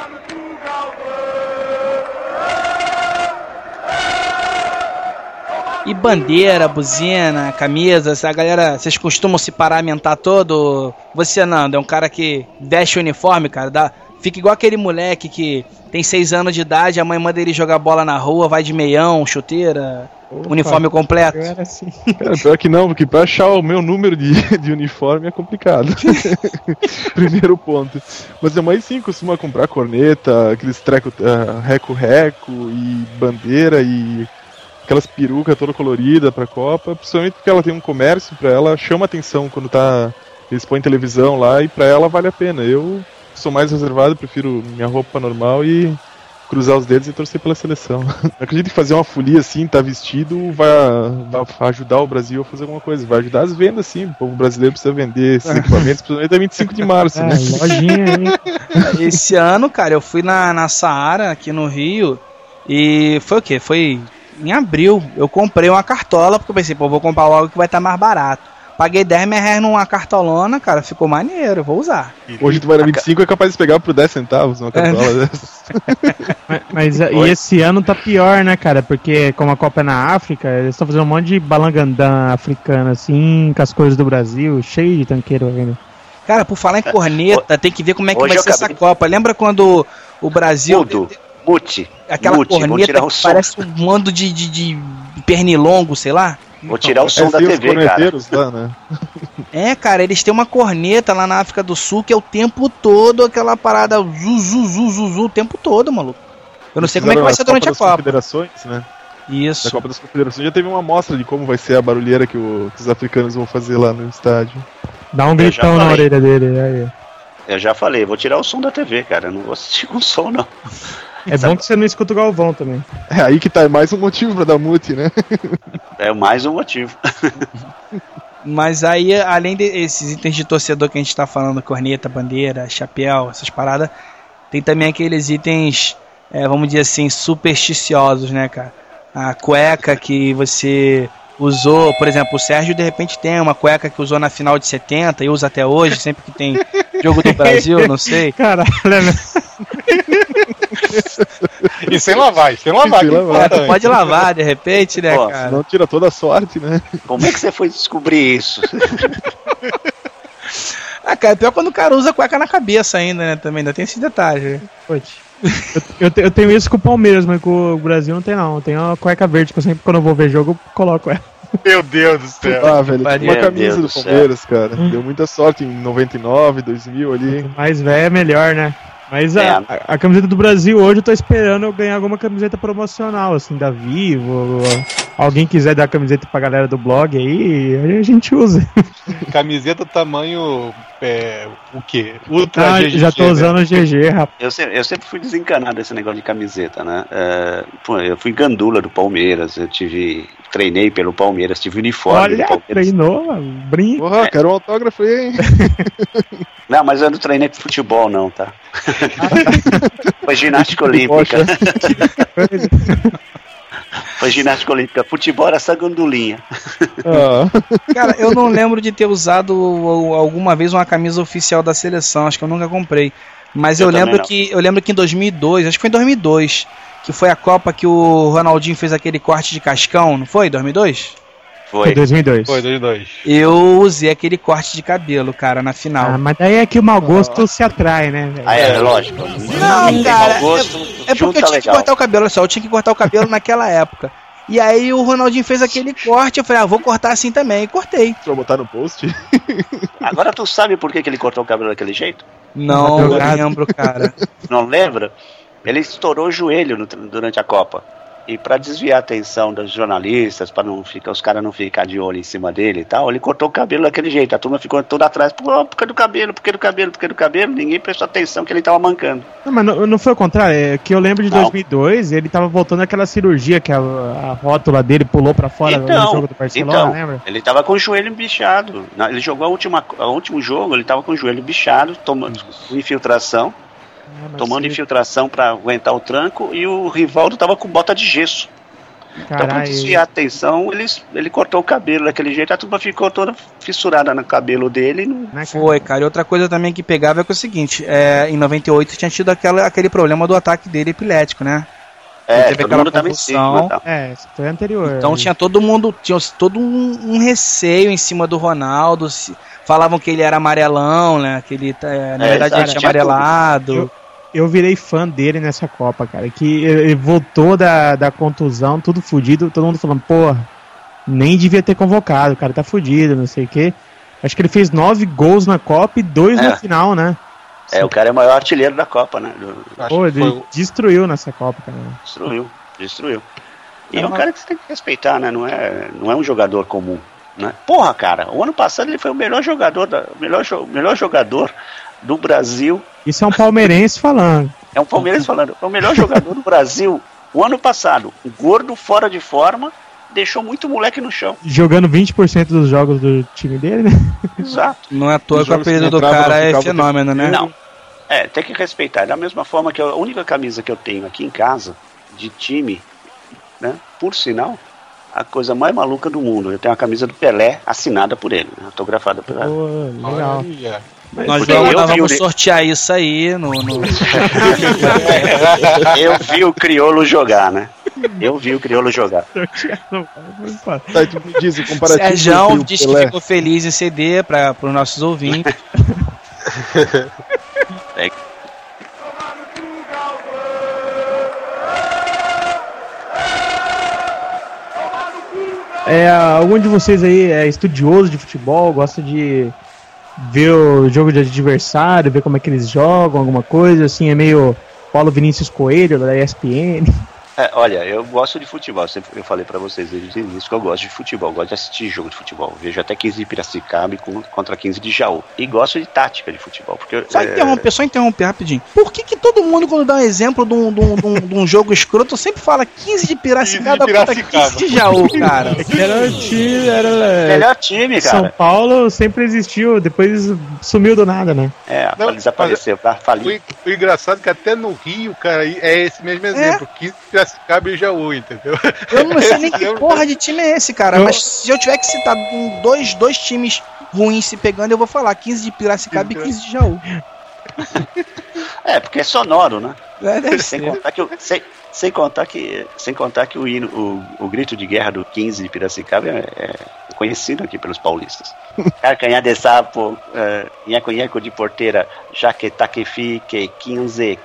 E bandeira, buzina, camisas, a galera, vocês costumam se paramentar todo? Você, Nando, é um cara que veste o uniforme, cara, fica igual aquele moleque que tem 6 anos de idade, a mãe manda ele jogar bola na rua, vai de meião, chuteira, uniforme completo. Assim. Cara, pior que não, porque pra achar o meu número de uniforme é complicado. Primeiro ponto. Mas a mãe sim costuma comprar corneta, aqueles treco, reco-reco e bandeira e aquelas perucas toda colorida pra Copa, principalmente porque ela tem um comércio, pra ela chama atenção quando eles põem televisão lá e pra ela vale a pena. Eu sou mais reservado, prefiro minha roupa normal e cruzar os dedos e torcer pela seleção. Acredito que fazer uma folia assim, tá vestido, vai ajudar o Brasil a fazer alguma coisa, vai ajudar as vendas sim, o povo brasileiro precisa vender esses equipamentos, principalmente até 25 de março, né? Lojinha aí. Esse ano, cara, eu fui na Saara, aqui no Rio, e foi o quê? Foi em abril, eu comprei uma cartola, porque eu pensei, vou comprar logo que vai estar mais barato. Paguei 10 reais numa cartolona, cara, ficou maneiro, vou usar. Hoje tu vai na 25 é capaz de pegar por 10 centavos uma cartola dessas. Mas e esse ano tá pior, né, cara? Porque como a Copa é na África, eles estão fazendo um monte de balangandã africano, assim, com as cores do Brasil, cheio de tanqueiro ainda. Cara, por falar em corneta, tem que ver como é que vai ser essa Copa. Lembra quando o Brasil... Aquela corneta que parece um mando de pernilongo, sei lá. Vou tirar o som da TV, cara. Lá, né? Cara, eles têm uma corneta lá na África do Sul que é o tempo todo aquela parada zu, o tempo todo, maluco. Eu não sei como é que vai ser durante a Copa. Confederações, né? Isso. Da Copa das Confederações já teve uma amostra de como vai ser a barulheira que os africanos vão fazer lá no estádio. Dá um gritão na orelha dele. Aí. Eu já falei, vou tirar o som da TV, cara. Eu não vou assistir com som, não. É bom que você não escuta o Galvão também. É aí que tá, é mais um motivo pra dar mute, né? É mais um motivo. Mas aí, além desses itens de torcedor que a gente tá falando, corneta, bandeira, chapéu, essas paradas, tem também aqueles itens, vamos dizer assim, supersticiosos, né, cara? A cueca que você usou, por exemplo, o Sérgio de repente tem uma cueca que usou na final de 70 e usa até hoje, sempre que tem jogo do Brasil, não sei. Caralho, E sem lavar, Sem lavar. Tu pode lavar de repente, né, cara? Senão tira toda a sorte, né? Como é que você foi descobrir isso? Cara, pior quando o cara usa cueca na cabeça ainda, né, também, ainda tem esse detalhe. eu tenho isso com o Palmeiras, mas com o Brasil não tem não. Tem uma cueca verde que eu sempre, quando eu vou ver jogo, eu coloco ela. Meu Deus do céu. Ah, velho, tinha uma camisa do Palmeiras, cara. Deu muita sorte em 99, 2000 ali. Mais velho é melhor, né? Mas a camiseta do Brasil hoje eu tô esperando eu ganhar alguma camiseta promocional, assim, da Vivo. Alguém quiser dar camiseta pra galera do blog aí a gente usa. Camiseta tamanho. O quê? Ultra GG. Já tô usando o GG, rapaz. Eu sempre fui desencanado desse negócio de camiseta, né? Eu fui gandula do Palmeiras, treinei pelo Palmeiras, tive uniforme do Palmeiras. Treinou, brinca. Porra, quero um autógrafo aí, hein? Não, mas eu não treinei pro futebol, não, tá? Foi ginástica olímpica. Foi ginástica olímpica. Futebol era essa gandulinha. Cara, eu não lembro de ter usado alguma vez uma camisa oficial da seleção. Acho que eu nunca comprei. Mas eu lembro que em 2002, acho que foi em 2002, que foi a Copa que o Ronaldinho fez aquele corte de cascão, não foi? 2002? Foi 2002. Foi 2002. Eu usei aquele corte de cabelo, cara, na final. Mas daí é que o mau gosto se atrai, né, velho? Lógico. Não, cara, é porque eu tinha que cortar o cabelo, olha só, eu tinha que cortar o cabelo naquela época. E aí o Ronaldinho fez aquele corte, eu falei, vou cortar assim também, e cortei. Pra botar no post? Agora tu sabe por que ele cortou o cabelo daquele jeito? Não lembro, cara. Não lembra? Ele estourou o joelho durante a Copa. E para desviar a atenção dos jornalistas, para os caras não ficar de olho em cima dele e tal, ele cortou o cabelo daquele jeito. A turma ficou toda atrás, por que do cabelo, ninguém prestou atenção que ele tava mancando. Não, mas não foi o contrário, é que eu lembro de 2002, ele tava voltando àquela cirurgia que a rótula dele pulou para fora no jogo do Barcelona, lembra? Ele tava com o joelho bichado. Ele jogou o último jogo, ele tava com o joelho bichado, tomando infiltração. Tomando infiltração pra aguentar o tranco, e o Rivaldo tava com bota de gesso. Então, pra desviar a atenção, ele cortou o cabelo daquele jeito, a turma ficou toda fissurada no cabelo dele. Foi, cara. E outra coisa também que pegava é que é o seguinte: em 98 tinha tido aquele problema do ataque dele epilético, né? Teve todo mundo tava em cima. Isso foi anterior. Então tinha todo um receio em cima do Ronaldo. Falavam que ele era amarelão, né? Que ele, na verdade, ele tinha amarelado. Eu virei fã dele nessa Copa, cara. Que ele voltou da contusão, tudo fudido. Todo mundo falando, porra, nem devia ter convocado. O cara tá fudido, não sei o quê. Acho que ele fez 9 gols na Copa e 2 na final, né? O cara é o maior artilheiro da Copa, né? Ele destruiu nessa Copa, cara. Destruiu. E é um cara que você tem que respeitar, né? Não é um jogador comum, né? Porra, cara, o ano passado ele foi o melhor jogador do Brasil. Isso é um palmeirense falando. É um palmeirense falando. É o melhor jogador do Brasil o ano passado. O gordo, fora de forma, deixou muito moleque no chão. Jogando 20% dos jogos do time dele, né? Exato. Não é à toa que o apelido do cara é fenômeno, né? Não. Tem que respeitar. Da mesma forma que a única camisa que eu tenho aqui em casa, de time, né? Por sinal, a coisa mais maluca do mundo. Eu tenho a camisa do Pelé assinada por ele, né? Autografada por ele. Legal. Nós vamos sortear isso aí no... Eu vi o Criolo jogar, né? Tá, tu me diz o comparativo. Sérgio disse que ficou feliz em ceder para os nossos ouvintes. Algum de vocês aí é estudioso de futebol, gosta de ver o jogo de adversário, ver como é que eles jogam, alguma coisa, assim, é meio Paulo Vinícius Coelho, da ESPN. Olha, eu gosto de futebol. Eu falei pra vocês desde o início que eu gosto de futebol. Eu gosto de assistir jogo de futebol. Vejo até 15 de Piracicaba contra 15 de Jaú. E gosto de tática de futebol. Porque, só interromper rapidinho. Por que todo mundo, quando dá um exemplo de um jogo escroto, sempre fala 15 de Piracicaba contra 15 de Jaú, cara? Melhor time, cara. São Paulo sempre existiu, depois sumiu do nada, né? Desapareceu, pra falir. O engraçado é que até no Rio, cara, é esse mesmo exemplo. 15 de Piracicaba e Jaú, entendeu? Eu não sei nem que porra de time é esse, cara. Mas se eu tiver que citar dois times ruins se pegando, eu vou falar 15 de Piracicaba e 15 de Jaú. Porque é sonoro, né? Deve sem ser. contar que sem contar que o grito de guerra do 15 de Piracicaba é conhecido aqui pelos paulistas. Carcanhar de sapo, nhaco de porteira, jaqueta que fique, 15.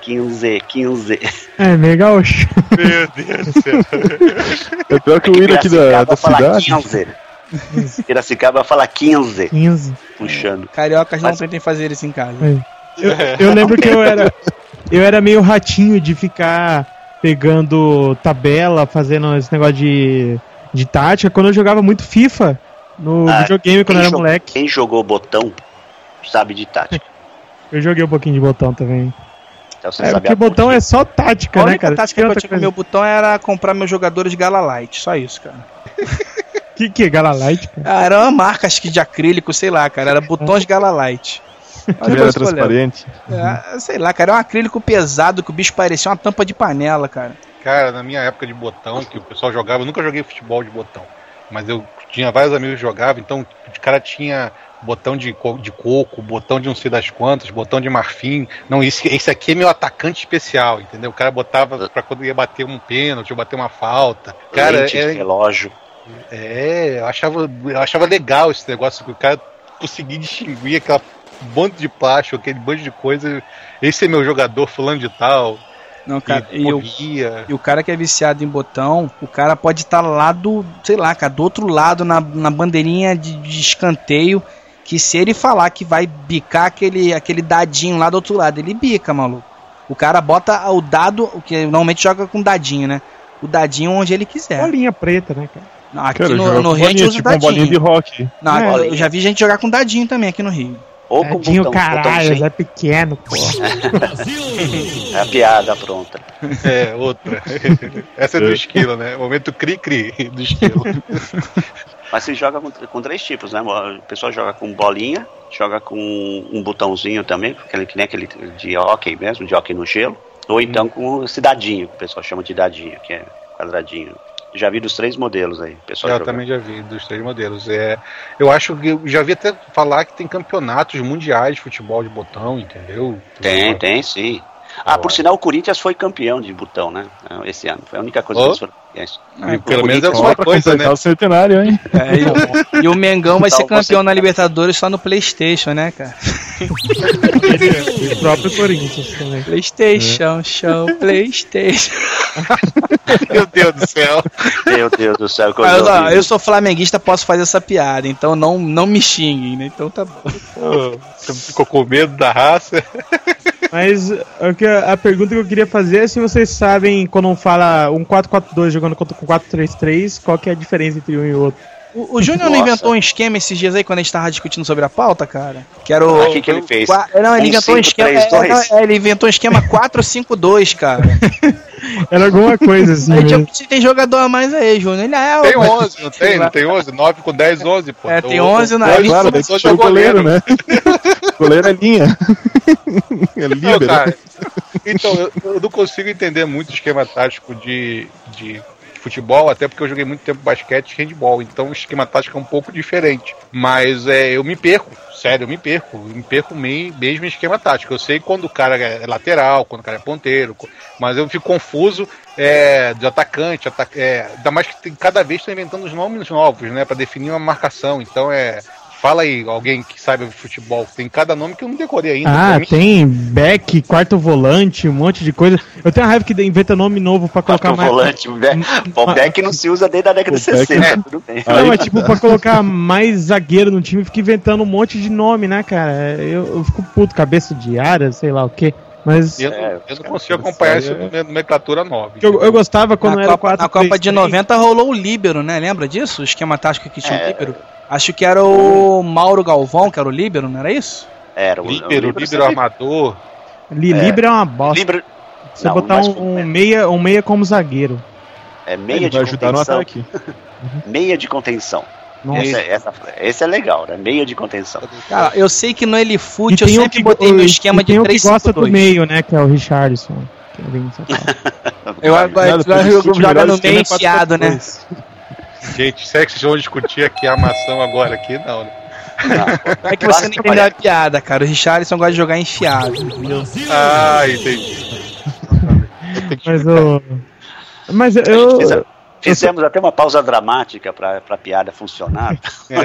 É legal. Meu Deus do céu. É pior que o hino aqui da cidade. 15. Piracicaba fala 15. Puxando. Cariocas não tentem fazer isso em casa. Eu lembro que eu era meio ratinho de ficar pegando tabela, fazendo esse negócio de tática, quando eu jogava muito FIFA no videogame, quando eu era moleque. Quem jogou botão sabe de tática. Eu joguei um pouquinho de botão também. Então você sabe porque botão é só tática, né, cara? A tática que eu tinha com meu botão era comprar meus jogadores Galalite, só isso, cara. Que é Galalite, cara? Era uma marca, acho que de acrílico, sei lá, cara, era botões Galalite. Era transparente. Sei lá, cara, é um acrílico pesado que o bicho parecia uma tampa de panela, cara. Cara, na minha época de botão, que o pessoal jogava, eu nunca joguei futebol de botão, mas eu tinha vários amigos que jogavam, então o cara tinha botão de coco, botão de não sei das quantas, botão de marfim. Não, esse aqui é meu atacante especial, entendeu? O cara botava pra quando ia bater um pênalti ou bater uma falta. Cara, lente de relógio. Eu achava legal esse negócio, que o cara conseguia distinguir aquela bando de plástico, aquele bando de coisa. Esse é meu jogador, fulano de tal. Não, cara, e o cara que é viciado em botão, o cara pode estar lá do outro lado, na bandeirinha de escanteio, que se ele falar que vai bicar aquele dadinho lá do outro lado, ele bica, maluco. O cara bota o dado, o que normalmente joga com dadinho, né? O dadinho onde ele quiser. Bolinha preta, né, cara? Não, aqui no Rio a gente usa tipo dadinho. Uma bolinha de rock. Não, eu já vi gente jogar com dadinho também aqui no Rio. Ou com Dadinho, botão, caralho, é pequeno, pô. É a piada pronta. Outra. Essa é do esquilo, né? Momento cri-cri do esquilo. Mas se joga com três tipos, né? O pessoal joga com bolinha, joga com um botãozinho também, que nem aquele de hóquei mesmo, de hóquei no gelo. Ou então com esse dadinho, que o pessoal chama de dadinho, que é quadradinho. Já vi dos 3 modelos aí, pessoal. Eu também já vi dos 3 modelos. Eu acho que eu já vi até falar que tem campeonatos mundiais de futebol de botão, entendeu? Tem sim. Por sinal, o Corinthians foi campeão de botão, né? Esse ano. Foi a única coisa que eles foram campeões. Pelo menos é alguma coisa, né? O centenário, hein? E o Mengão vai ser campeão na Libertadores só no PlayStation, né, cara? O próprio Corinthians também. PlayStation, show, PlayStation. Meu Deus do céu. Meu Deus do céu. Eu sou flamenguista, posso fazer essa piada, então não me xinguem, né? Então tá bom. Você ficou com medo da raça? Mas a pergunta que eu queria fazer é se vocês sabem, quando fala um 4-4-2 jogando contra um 4-3-3, qual que é a diferença entre um e o outro? O Júnior não inventou um esquema esses dias aí, quando a gente tava discutindo sobre a pauta, cara? Que era o... O que ele fez? Não, ele inventou um esquema... ele inventou um esquema 4-5-2, cara. Era alguma coisa assim. Aí, tipo, se tem jogador a mais aí, Júnior. Tem 11, não tem? Não tem 11? 9 com 10, 11, pô. Tem 11 na linha. Claro, daí o goleiro, né? O goleiro é linha. É líbero. Cara, então, eu não consigo entender muito o esquema tático de futebol, até porque eu joguei muito tempo basquete e handball, então o esquema tático é um pouco diferente. Mas eu me perco, sério, eu me perco mesmo em esquema tático. Eu sei quando o cara é lateral, quando o cara é ponteiro, mas eu fico confuso de atacante, ainda mais que cada vez estão inventando os nomes novos, né, para definir uma marcação. Então fala aí, alguém que sabe futebol. Tem cada nome que eu não decorei ainda. Tem back, quarto volante, um monte de coisa. Eu tenho a raiva que inventa nome novo pra colocar quarto volante, o back não se usa desde a década de 60, tudo bem. Não, mas tipo, pra colocar mais zagueiro no time, fica inventando um monte de nome, né, cara? Eu fico puto, cabeça de área, sei lá o quê. Mas Eu não consigo acompanhar essa nomenclatura nova. eu gostava quando era o 4-3-3. Na Copa de 90 rolou o líbero, né? Lembra disso? O esquema tático que tinha o líbero? Acho que era o Mauro Galvão, que era o líbero, não era isso? Era o líbero armador. Líbero é uma bosta. Você botar um meia como zagueiro. É meia de ajudar no ataque. Meia de contenção. Esse é legal, né? Meia de contenção. Cara, eu sei que no Elifoot eu sempre botei no esquema de 3-5-2. Tem o que gosta do meio, né? Que é o Richarlison. Eu jogo no meio enfiado, né? Gente, será que vocês vão discutir aqui a armação agora? Aqui não, né? Não. É que você não entendeu a piada, cara. O Richarlison gosta de jogar enfiado. Entendi. Mas eu... Fizemos até uma pausa dramática pra piada funcionar.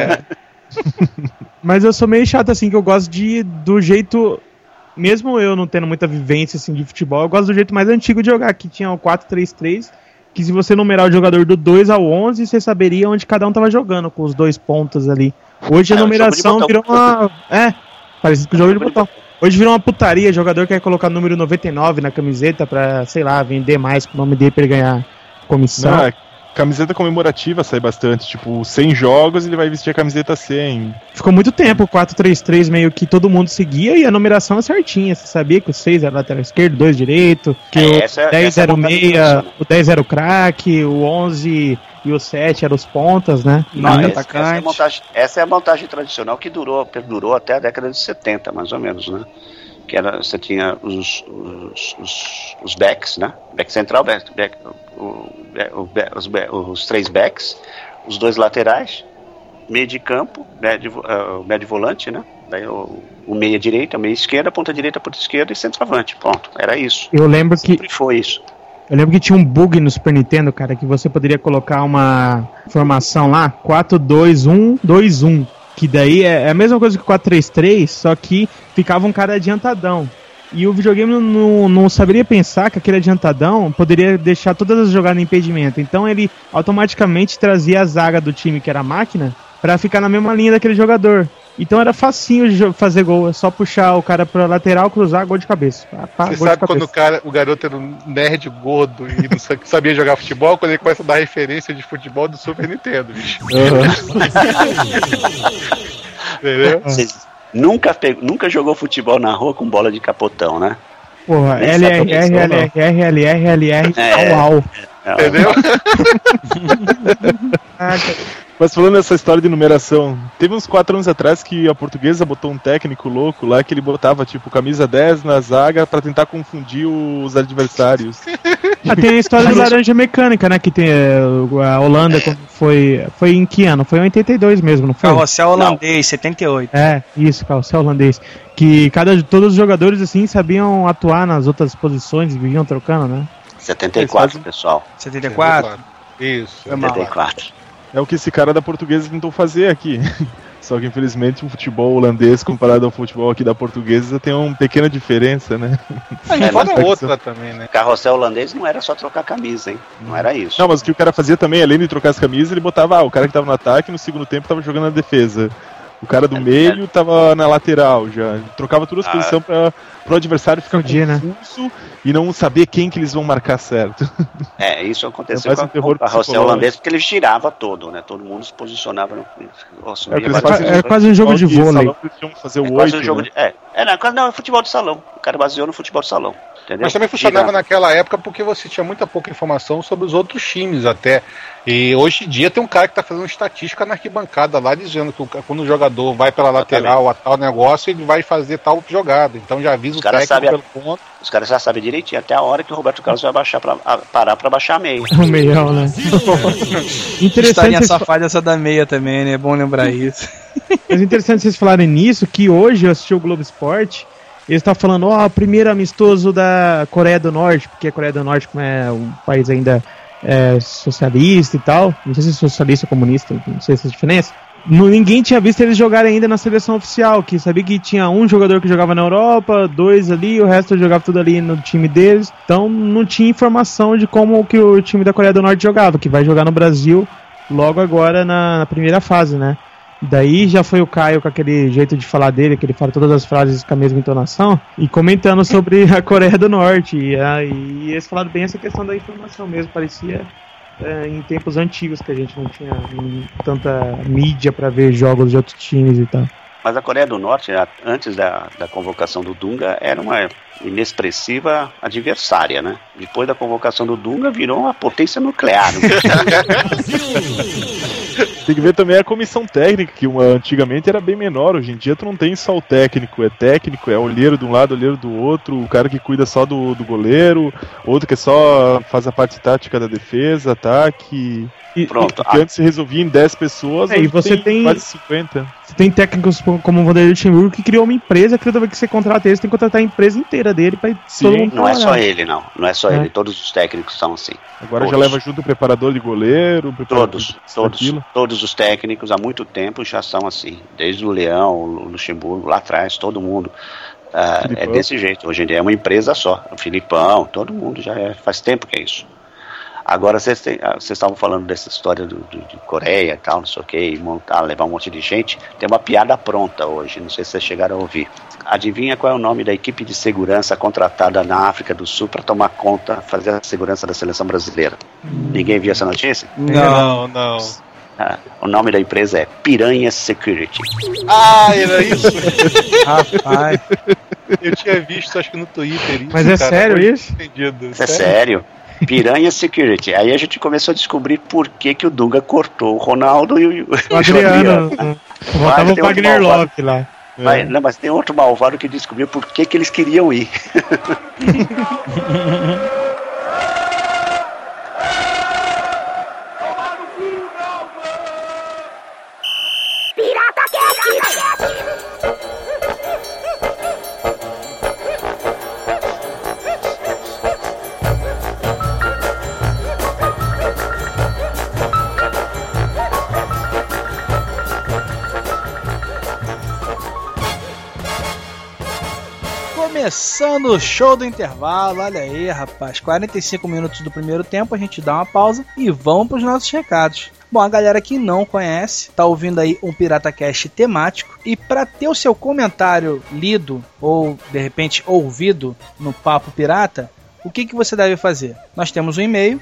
Mas eu sou meio chato, assim, que eu gosto do jeito... Mesmo eu não tendo muita vivência, assim, de futebol, eu gosto do jeito mais antigo de jogar, que tinha o 4-3-3, que se você numerar o jogador do 2 ao 11, você saberia onde cada um tava jogando, com os 2 pontas ali. Hoje a numeração virou uma... parecido com o jogo de botão. Hoje virou uma putaria, o jogador quer colocar o número 99 na camiseta pra, sei lá, vender mais com o nome dele pra ele ganhar comissão. Camiseta comemorativa sai bastante, tipo, 100 jogos ele vai vestir a camiseta 100. Ficou muito tempo o 4-3-3 meio que todo mundo seguia e a numeração é certinha. Você sabia que o 6 era lateral esquerdo, 2 direito, que o 10 era o meia, o 10 era o craque, o 11 e o 7 eram os pontas, né? Essa é a montagem tradicional que perdurou até a década de 70, mais ou menos, né? Que era, você tinha os backs, né? Back central, os 3 backs, os 2 laterais, meio de campo, médio volante, né? Daí o meia direita, meia esquerda, ponta direita, ponta esquerda e centroavante. Pronto, era isso. Eu lembro Sempre foi isso. Eu lembro que tinha um bug no Super Nintendo, cara, que você poderia colocar uma formação lá, 4-2-1-2-1. Que daí é a mesma coisa que o 4-3-3, só que ficava um cara adiantadão. E o videogame não saberia pensar que aquele adiantadão poderia deixar todas as jogadas em impedimento. Então ele automaticamente trazia a zaga do time, que era a máquina, pra ficar na mesma linha daquele jogador. Então era facinho de fazer gol, é só puxar o cara pra lateral, cruzar, gol de cabeça. Você sabe quando o garoto era um nerd gordo e não sabia jogar futebol, quando ele começa a dar referência de futebol do Super Nintendo, bicho. Entendeu? Vocês nunca jogou futebol na rua com bola de capotão, né? Porra, LR, au. Entendeu? Mas falando nessa história de numeração, teve uns 4 anos atrás que a Portuguesa botou um técnico louco lá que ele botava tipo camisa 10 na zaga pra tentar confundir os adversários. Tem a história do Laranja Mecânica, né? Que tem a Holanda foi em que ano? Foi em 82 mesmo, não foi? Carrossel holandês, 78. Isso, carrossel holandês. Que todos os jogadores assim sabiam atuar nas outras posições e viviam trocando, né? 74, pessoal. 74? Isso. 74. É o que esse cara da Portuguesa tentou fazer aqui. Só que infelizmente o futebol holandês comparado ao futebol aqui da Portuguesa tem uma pequena diferença, né? Fora outra também, né? Carrossel holandês não era só trocar camisa, hein? Não era isso. Não, mas o que o cara fazia também, além de trocar as camisas, ele botava o cara que tava no ataque no segundo tempo tava jogando na defesa. O cara do meio tava na lateral já. Trocava todas as posições pro adversário ficar confuso e não saber quem que eles vão marcar certo. Isso aconteceu com o carrossel holandês, porque ele girava todo, né? Todo mundo se posicionava no... É quase um jogo de vôlei. É futebol de salão. O cara baseou no futebol de salão. Entendeu? Mas também funcionava naquela época porque você tinha muita pouca informação sobre os outros times até. E hoje em dia tem um cara que tá fazendo estatística na arquibancada lá, dizendo que quando o jogador vai pela lateral a tal negócio, ele vai fazer tal jogada. Então já avisa o técnico pelo ponto. Os caras já sabem direitinho até a hora que o Roberto Carlos vai parar pra baixar a meia. O meião, né? Historinha safada essa da meia também, né? É bom lembrar isso. Mas interessante vocês falarem nisso, que hoje eu assisti o Globo Esporte. Eles estão falando, primeiro amistoso da Coreia do Norte, porque a Coreia do Norte, como é um país ainda socialista e tal, não sei se é socialista ou comunista, não sei se é a diferença, ninguém tinha visto eles jogarem ainda na seleção oficial, que sabia que tinha um jogador que jogava na Europa, 2 ali, o resto jogava tudo ali no time deles, então não tinha informação de como que o time da Coreia do Norte jogava, que vai jogar no Brasil logo agora na primeira fase, né? Daí já foi o Caio com aquele jeito de falar dele, que ele fala todas as frases com a mesma entonação, e comentando sobre a Coreia do Norte. E eles falaram bem essa questão da informação mesmo, parecia em tempos antigos que a gente não tinha tanta mídia para ver jogos de outros times e tal. Mas a Coreia do Norte, antes da convocação do Dunga, era uma inexpressiva adversária, né? Depois da convocação do Dunga, virou uma potência nuclear. Tem que ver também a comissão técnica, que antigamente era bem menor. Hoje em dia tu não tem só o técnico, é olheiro de um lado, olheiro do outro, o cara que cuida só do goleiro, outro que só faz a parte tática da defesa, ataque. Pronto. Que antes se resolvia em 10 pessoas, e você tem quase 50. Você tem técnicos como o Vanderlei Luxemburgo que criou uma empresa, que toda vez que você contrata ele, você tem que contratar a empresa inteira dele para todo mundo não é só ele, não. Não é só ele. Todos os técnicos são assim. Agora já leva junto o preparador de goleiro, todos os técnicos há muito tempo já são assim. Desde o Leão, o Luxemburgo, lá atrás, todo mundo. É desse jeito. Hoje em dia é uma empresa só. O Filipão, todo mundo já faz tempo que é isso. Agora, vocês estavam falando dessa história de Coreia e tal, não sei o que, levar um monte de gente. Tem uma piada pronta hoje, não sei se vocês chegaram a ouvir. Adivinha qual é o nome da equipe de segurança contratada na África do Sul para tomar conta, fazer a segurança da seleção brasileira? Ninguém viu essa notícia? Não. O nome da empresa é Piranha Security. Era isso? Rapaz. Eu tinha visto, acho que no Twitter. Mas é sério isso? Entendido. É sério. Piranha Security. Aí a gente começou a descobrir por que o Dunga cortou o Ronaldo e o Adriano. Voltava o Wagner Love lá. Não, mas tem outro malvado que descobriu por que eles queriam ir. Começando o show do intervalo, olha aí, rapaz, 45 minutos do primeiro tempo, a gente dá uma pausa e vamos para os nossos recados. Bom, a galera que não conhece, tá ouvindo aí um PirataCast temático, e para ter o seu comentário lido ou, de repente, ouvido no Papo Pirata, o que você deve fazer? Nós temos um e-mail,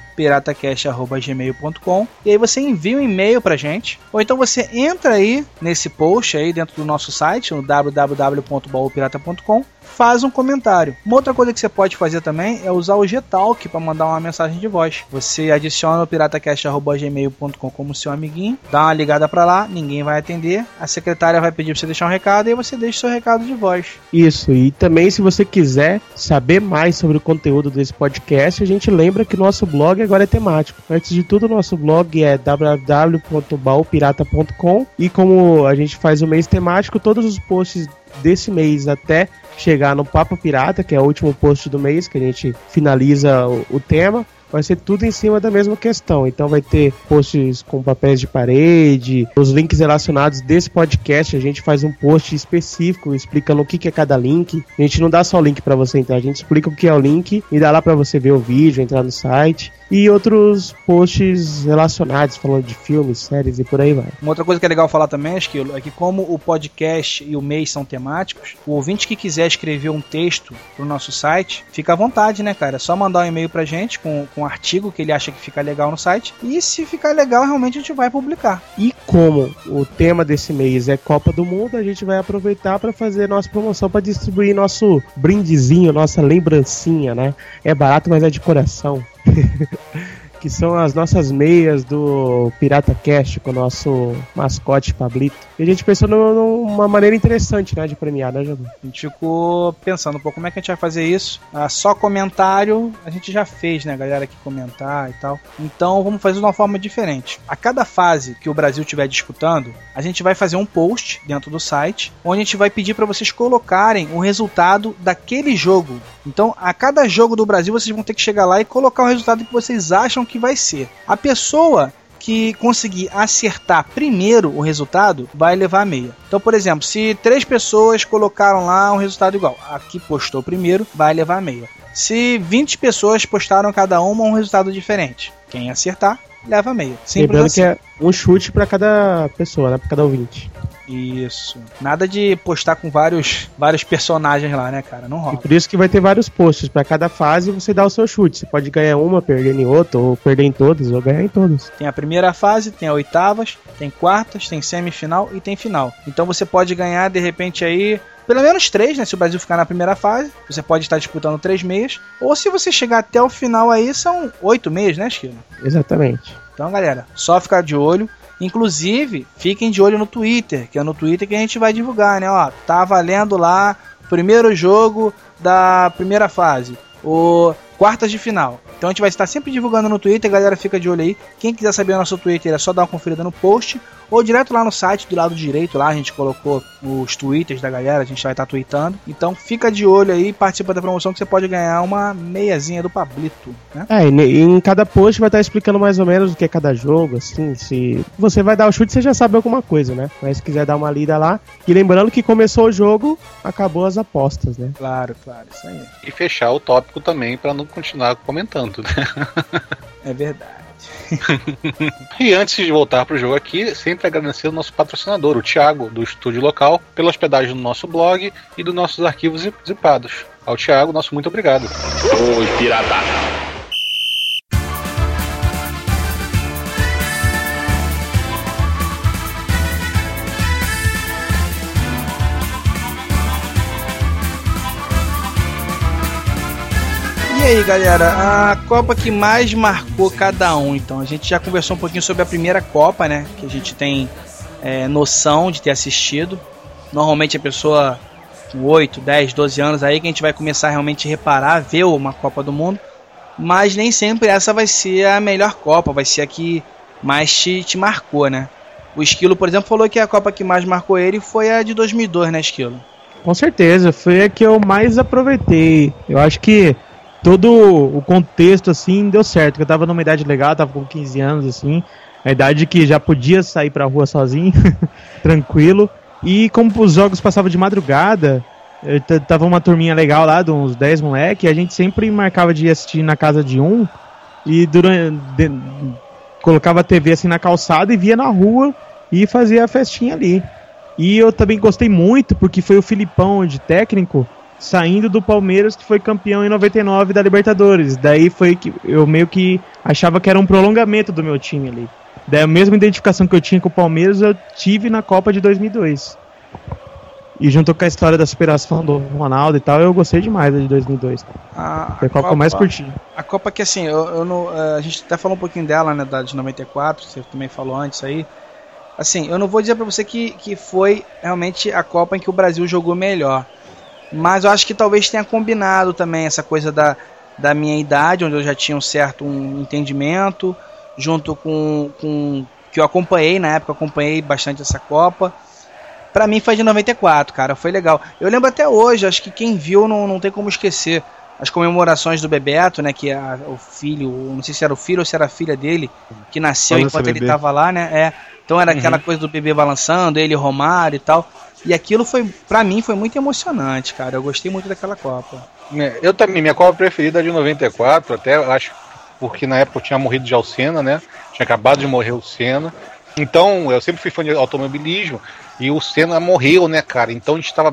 piratacast@gmail.com, e aí você envia um e-mail pra gente, ou então você entra aí nesse post aí dentro do nosso site, no www.baupirata.com, faz um comentário. Uma outra coisa que você pode fazer também é usar o Gtalk para mandar uma mensagem de voz. Você adiciona o piratacast@gmail.com como seu amiguinho, dá uma ligada para lá, ninguém vai atender, a secretária vai pedir para você deixar um recado e aí você deixa o seu recado de voz. Isso, e também se você quiser saber mais sobre o conteúdo desse podcast, a gente lembra que nosso blog agora é temático. Antes de tudo, nosso blog é www.baupirata.com, e como a gente faz o mês temático, todos os posts desse mês até chegar no Papo Pirata, que é o último post do mês, que a gente finaliza o tema, vai ser tudo em cima da mesma questão. Então vai ter posts com papéis de parede, os links relacionados desse podcast, a gente faz um post específico explicando o que é cada link. A gente não dá só o link para você entrar, a gente explica o que é o link e dá lá para você ver o vídeo, entrar no site. E outros posts relacionados, falando de filmes, séries e por aí vai. Uma outra coisa que é legal falar também, Esquilo, é que como o podcast e o mês são temáticos, o ouvinte que quiser escrever um texto pro nosso site, fica à vontade, né, cara? É só mandar um e-mail pra gente com um artigo que ele acha que fica legal no site, e se ficar legal, realmente a gente vai publicar. E como o tema desse mês é Copa do Mundo, a gente vai aproveitar para fazer nossa promoção, para distribuir nosso brindezinho, nossa lembrancinha, né? É barato, mas é de coração. Que são as nossas meias do PirataCast com o nosso mascote Pablito. E a gente pensou numa maneira interessante, né, de premiar, né, Jadu? A gente ficou pensando, pô, como é que a gente vai fazer isso? Só comentário a gente já fez, né, galera que comentar e tal. Então vamos fazer de uma forma diferente. A cada fase que o Brasil estiver disputando, a gente vai fazer um post dentro do site, onde a gente vai pedir para vocês colocarem o resultado daquele jogo. Então, a cada jogo do Brasil, vocês vão ter que chegar lá e colocar o resultado que vocês acham que vai ser. A pessoa que conseguir acertar primeiro o resultado vai levar a meia. Então, por exemplo, se 3 pessoas colocaram lá um resultado igual, a que postou primeiro vai levar a meia. Se 20 pessoas postaram cada uma um resultado diferente, quem acertar leva a meia. Simples Lembrando assim. que é um chute pra cada pessoa, né? Pra cada ouvinte. Isso. Nada de postar com vários personagens lá, né, cara? Não E rola. por isso que vai ter vários posts. Pra cada fase você dá o seu chute. Você pode ganhar uma, perder em outra, ou perder em todas, ou ganhar em todas. Tem a primeira fase, tem a oitavas, tem quartas, tem semifinal e tem final. Então você pode ganhar, de repente, aí pelo menos 3, né? Se o Brasil ficar na primeira fase, você pode estar disputando 3 meias. Ou se você chegar até o final aí, são 8 meias, né, Esquilo? Exatamente. Então, galera, só ficar de olho. Inclusive, fiquem de olho no Twitter, que é no Twitter que a gente vai divulgar, né? Ó, tá valendo lá o primeiro jogo da primeira fase, o quartas de final. Então a gente vai estar sempre divulgando no Twitter, galera, fica de olho aí. Quem quiser saber o nosso Twitter é só dar uma conferida no post ou direto lá no site do lado direito, lá a gente colocou os twitters da galera, a gente vai estar tweetando. Então fica de olho aí, participa da promoção que você pode ganhar uma meiazinha do Pablito, né? E em cada post vai estar explicando mais ou menos o que é cada jogo, assim, se você vai dar o chute, você já sabe alguma coisa, né? Mas se quiser dar uma lida lá, e lembrando que começou o jogo, acabou as apostas, né? Claro, isso aí. E fechar o tópico também pra não continuar comentando, né? É verdade. E antes de voltar pro jogo aqui, sempre agradecer ao nosso patrocinador, o Thiago, do Estúdio Local, pela hospedagem do nosso blog e dos nossos arquivos zipados. Ao Thiago, nosso muito obrigado. Oi, pirata. E aí, galera, a Copa que mais marcou cada um. Então, a gente já conversou um pouquinho sobre a primeira Copa, né? Que a gente tem noção de ter assistido. Normalmente a pessoa com 8, 10, 12 anos aí que a gente vai começar a realmente reparar, ver uma Copa do Mundo. Mas nem sempre essa vai ser a melhor Copa, vai ser a que mais te marcou, né? O Esquilo, por exemplo, falou que a Copa que mais marcou ele foi a de 2002, né, Esquilo? Com certeza, foi a que eu mais aproveitei. Eu acho que todo o contexto, assim, deu certo. Eu tava numa idade legal, tava com 15 anos, assim. A idade que já podia sair pra rua sozinho, tranquilo. E como os jogos passavam de madrugada, tava uma turminha legal lá, de uns 10 moleque, e a gente sempre marcava de ir assistir na casa de um. E colocava a TV assim na calçada e via na rua e fazia a festinha ali. E eu também gostei muito, porque foi o Filipão de técnico, saindo do Palmeiras, que foi campeão em 99 da Libertadores. Daí foi que eu meio que achava que era um prolongamento do meu time ali. Daí a mesma identificação que eu tinha com o Palmeiras, eu tive na Copa de 2002. E junto com a história da superação do Ronaldo e tal, eu gostei demais da de 2002. Foi a Copa que eu mais curti. A Copa que, assim, a gente até falou um pouquinho dela, né, da de 94, você também falou antes aí. Assim, eu não vou dizer pra você que foi realmente a Copa em que o Brasil jogou melhor. Mas eu acho que talvez tenha combinado também essa coisa da minha idade, onde eu já tinha um certo entendimento, junto com que eu acompanhei, na época eu acompanhei bastante essa Copa. Pra mim foi de 94, cara, foi legal. Eu lembro até hoje, acho que quem viu não tem como esquecer as comemorações do Bebeto, né, que o filho, não sei se era o filho ou se era a filha dele, que nasceu enquanto ele tava lá, né, então era aquela coisa do bebê balançando, ele, Romário e tal. E aquilo pra mim foi muito emocionante, cara. Eu gostei muito daquela Copa. Eu também, minha Copa preferida é de 94, até acho, porque na época eu tinha morrido de Alcena, né? Tinha acabado de morrer o Senna. Então, eu sempre fui fã de automobilismo e o Senna morreu, né, cara? Então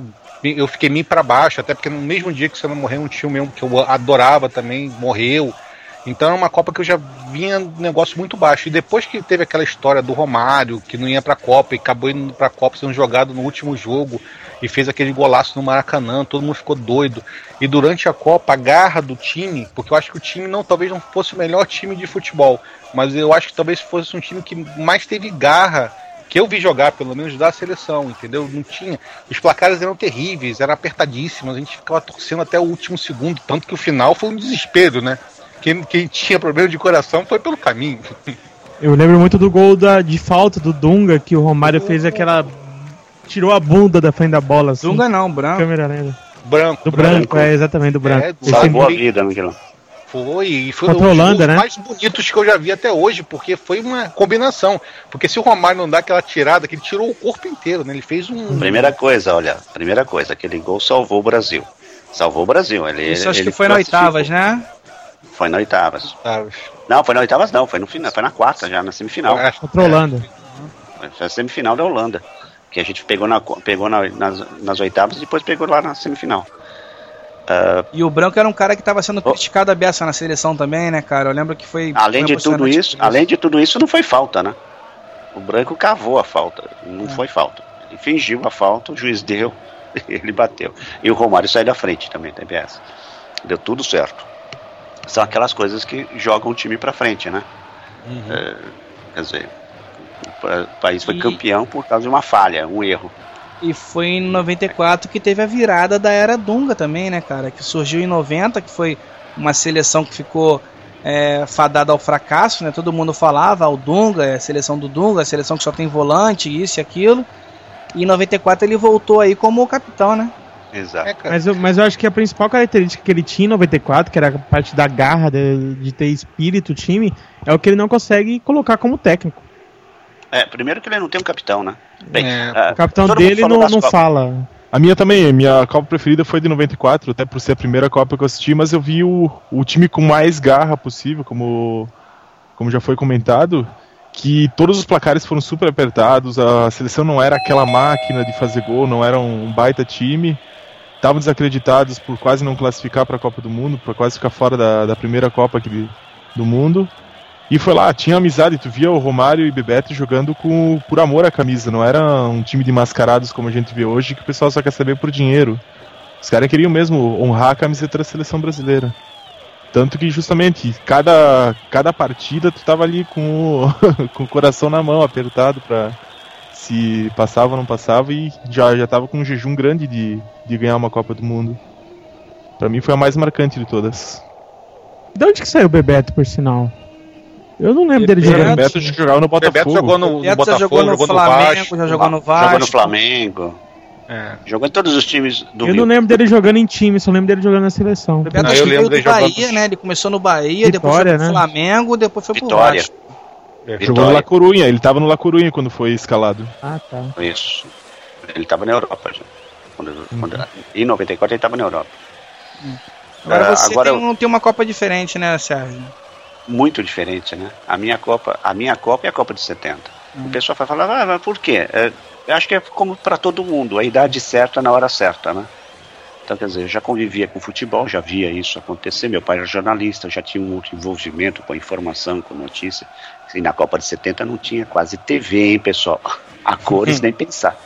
eu fiquei meio pra baixo, até porque no mesmo dia que o Senna morreu, um tio meu que eu adorava também morreu. Então é uma Copa que eu já vinha um negócio muito baixo. E depois que teve aquela história do Romário, que não ia pra Copa e acabou indo pra Copa sendo jogado no último jogo e fez aquele golaço no Maracanã, todo mundo ficou doido. E durante a Copa, a garra do time, porque eu acho que o time talvez não fosse o melhor time de futebol, mas eu acho que talvez fosse um time que mais teve garra, que eu vi jogar, pelo menos da seleção, entendeu? Não tinha. Os placares eram terríveis, eram apertadíssimos, a gente ficava torcendo até o último segundo, tanto que o final foi um desespero, né? Quem tinha problema de coração foi pelo caminho. Eu lembro muito do gol de falta do Dunga, que o Romário fez aquela... Tirou a bunda da frente da bola. Assim. Dunga não, branco. Câmera lenta. Branco. Branco, exatamente, do branco. Salvou a vida naquilo. Foi contra a Holanda, né? Mais bonitos que eu já vi até hoje, porque foi uma combinação. Porque se o Romário não dá aquela tirada, que ele tirou o corpo inteiro, né? Ele fez Primeira coisa, aquele gol salvou o Brasil. Salvou o Brasil. Isso acho que foi na oitavas, né? Foi na oitavas. Não, foi na oitavas não, foi no final, foi na quarta já, na semifinal. Contra a Holanda. Foi a semifinal da Holanda. Que a gente pegou nas oitavas e depois pegou lá na semifinal. E o Branco era um cara que estava sendo criticado a beça na seleção também, né, cara? Eu lembro que foi. Além de tudo isso, não foi falta, né? O Branco cavou a falta, não foi falta. Ele fingiu a falta, o juiz deu, ele bateu. E o Romário saiu da frente também, da beça. Deu tudo certo. São aquelas coisas que jogam o time pra frente, né? Quer dizer, o país foi campeão por causa de uma falha, um erro. E foi em 94 que teve a virada da era Dunga também, né, cara? Que surgiu em 90, que foi uma seleção que ficou fadada ao fracasso, né? Todo mundo falava, o Dunga, a seleção do Dunga, a seleção que só tem volante, isso e aquilo. E em 94 ele voltou aí como o capitão, né? Exato. Mas eu acho que a principal característica que ele tinha em 94, que era a parte da garra, de ter espírito, o time, é o que ele não consegue colocar como técnico. Primeiro que ele não tem um capitão, né? Bem, o capitão dele não fala. A minha também, minha Copa preferida foi de 94, até por ser a primeira Copa que eu assisti, mas eu vi o time com mais garra possível, como já foi comentado, que todos os placares foram super apertados, a seleção não era aquela máquina de fazer gol, não era um baita time, estavam desacreditados por quase não classificar para a Copa do Mundo, para quase ficar fora da primeira Copa do mundo. E foi lá, tinha amizade, tu via o Romário e Bebeto jogando por amor à camisa, não era um time de mascarados como a gente vê hoje, que o pessoal só quer saber por dinheiro. Os caras queriam mesmo honrar a camiseta da seleção brasileira. Tanto que justamente, cada partida tu tava ali com o coração na mão, apertado pra se passava ou não passava, e já tava com um jejum grande de ganhar uma Copa do Mundo. Pra mim foi a mais marcante de todas. De onde que saiu o Bebeto, por sinal? Eu não lembro dele jogando. O Bebeto jogava no Botafogo. Bebeto jogou no Botafogo, jogou no Flamengo, já jogou no Vasco. Jogou no Flamengo. Jogou em todos os times do Rio. Eu não lembro dele jogando em time, só lembro dele jogando na seleção. O Bebeto acho que veio do Bahia, né? Ele começou no Bahia, depois foi pro Flamengo, depois foi pro Vasco. Jogou no La Coruña, ele tava no La Coruña quando foi escalado. Ah, tá. Isso. Ele tava na Europa já. Em 94 ele tava na Europa. Agora você tem uma Copa diferente, né, Sérgio? Muito diferente, né? A minha Copa é a Copa de 70. O pessoal vai falar, mas por quê? Eu acho que é como para todo mundo, a idade certa na hora certa, né? Então, quer dizer, eu já convivia com futebol, já via isso acontecer. Meu pai era jornalista, já tinha um outro envolvimento com a informação, com notícia. E na Copa de 70 não tinha quase TV, hein, pessoal? A cores nem pensar.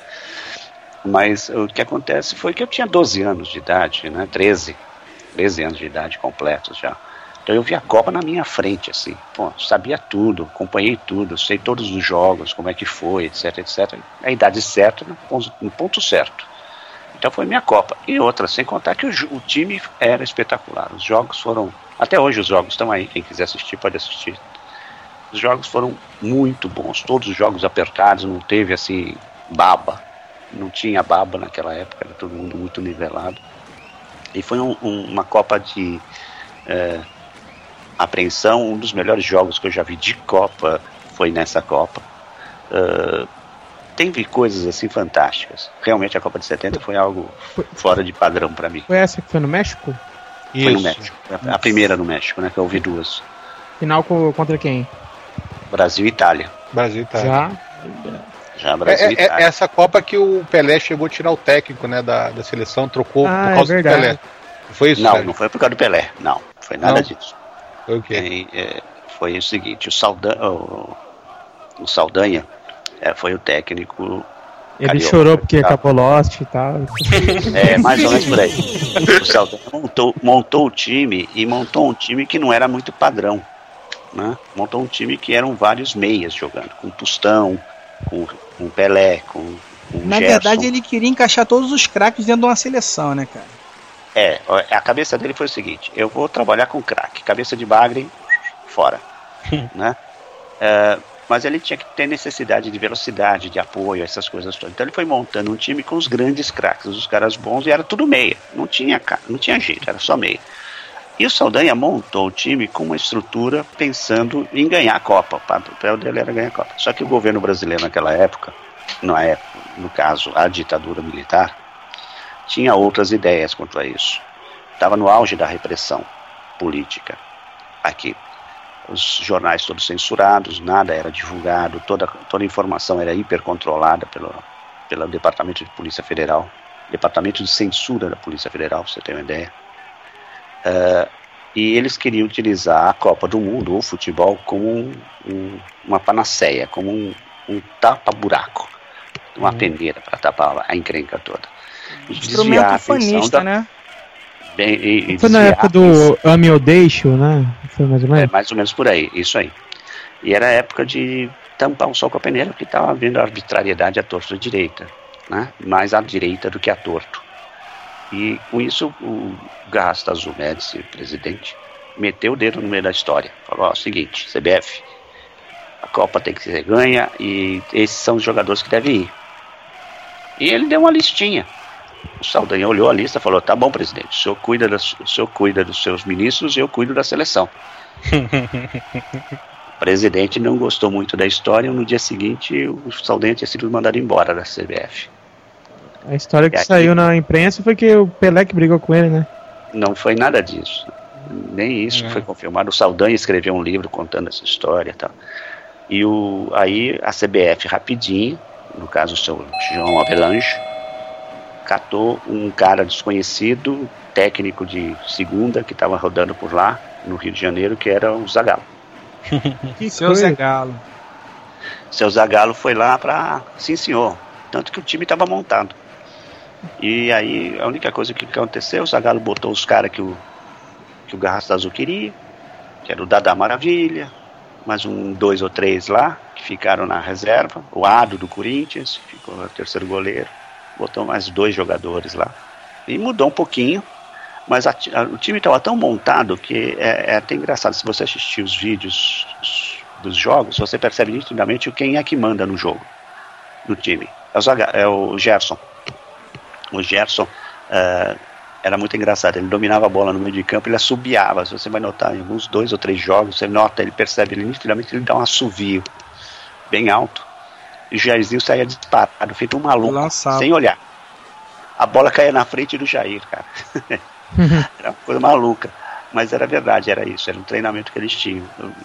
Mas o que acontece foi que eu tinha 12 anos de idade, né? 13 anos de idade completos já. Então eu vi a Copa na minha frente, assim, sabia tudo, acompanhei tudo, sei todos os jogos, como é que foi, etc, etc. A idade certa, no ponto certo. Então foi minha Copa. E outra, sem contar que o time era espetacular. Os jogos foram, até hoje os jogos estão aí, quem quiser assistir pode assistir. Os jogos foram muito bons, todos os jogos apertados, não teve assim, baba. Não tinha baba naquela época, era todo mundo muito nivelado. E foi uma Copa de apreensão, um dos melhores jogos que eu já vi de Copa foi nessa Copa. Teve coisas assim fantásticas. Realmente a Copa de 70 foi algo fora de padrão para mim. Foi essa que foi no México? Foi no México. A primeira no México, né? Que eu vi duas. Final contra quem? Brasil e Itália. Brasil e Itália. Já Brasil e Itália. Essa Copa que o Pelé chegou a tirar o técnico, né, da seleção, trocou por causa do Pelé. Foi isso? Não foi por causa do Pelé. Não, foi nada disso. Foi o quê? Foi o seguinte, o Saldanha foi o técnico. Ele carioca, chorou porque acabou Lost e tal. Mais ou menos por aí. O Saldanha montou o time, e montou um time que não era muito padrão, né? Montou um time que eram vários meias jogando, com Tostão, com Pelé, com Na Gerson. verdade ele queria encaixar todos os craques dentro de uma seleção, né, cara? A cabeça dele foi o seguinte: eu vou trabalhar com craque, cabeça de bagre, fora, né? Mas ele tinha que ter necessidade de velocidade, de apoio, essas coisas todas. Então ele foi montando um time com os grandes craques, os caras bons, e era tudo meia. Não tinha jeito, era só meia. E o Saldanha montou o time com uma estrutura pensando em ganhar a Copa. O papel dele era ganhar a Copa. Só que o governo brasileiro naquela época, no caso a ditadura militar, tinha outras ideias quanto a isso. Estava no auge da repressão política. aqui. Os jornais todos censurados, nada era divulgado, toda a informação era hipercontrolada pelo Departamento de Polícia Federal, Departamento de Censura da Polícia Federal, pra você ter uma ideia. E eles queriam utilizar a Copa do Mundo, o futebol, como uma panaceia, como um tapa-buraco, uma peneira para tapar a encrenca toda. Instrumento fanista, né? Foi na época do Ame ou Deixo, né? Foi mais ou menos? É, mais ou menos por aí, isso aí. E era a época de tampar o sol com a peneira, porque estava havendo arbitrariedade à torta direita, né? Mais à direita do que à torto. E com isso o Garrastazu Médici, presidente, meteu o dedo no meio da história. Falou, ó, seguinte, CBF, a Copa tem que ser ganha e esses são os jogadores que devem ir. E ele deu uma listinha. O Saldanha olhou a lista e falou, tá bom, presidente, o senhor cuida dos seus ministros e eu cuido da seleção. O presidente não gostou muito da história e no dia seguinte o Saldanha tinha sido mandado embora da CBF. A história que saiu na imprensa foi que o Pelé que brigou com ele, né? Não foi nada disso. Nem isso foi confirmado. O Saldanha escreveu um livro contando essa história e tal. E aí a CBF rapidinho, no caso o seu João Avelange, catou um cara desconhecido, técnico de segunda, que estava rodando por lá, no Rio de Janeiro, que era o Zagallo. Seu Zagallo. Seu Zagallo foi lá para... Sim, senhor. Tanto que o time estava montado. E aí a única coisa que aconteceu, o Zagallo botou os caras que o Garrastazu queria, que era o Dada Maravilha, mais 2 ou 3 lá, que ficaram na reserva, o Ado do Corinthians, que ficou o terceiro goleiro, botou mais 2 jogadores lá. E mudou um pouquinho, mas o time estava tão montado que é até engraçado. Se você assistir os vídeos dos jogos, você percebe nitidamente quem é que manda no jogo, no time. É o Gerson. O Gerson era muito engraçado, ele dominava a bola no meio de campo, ele assobiava. Se você vai notar em alguns 2 ou 3 jogos, você nota, ele percebe, nitidamente ele dá um assovio bem alto. E o Jairzinho saía disparado, feito um maluco, sem olhar. A bola caía na frente do Jair, cara. Era uma coisa maluca. Mas era verdade, era isso, era um treinamento que eles tinham.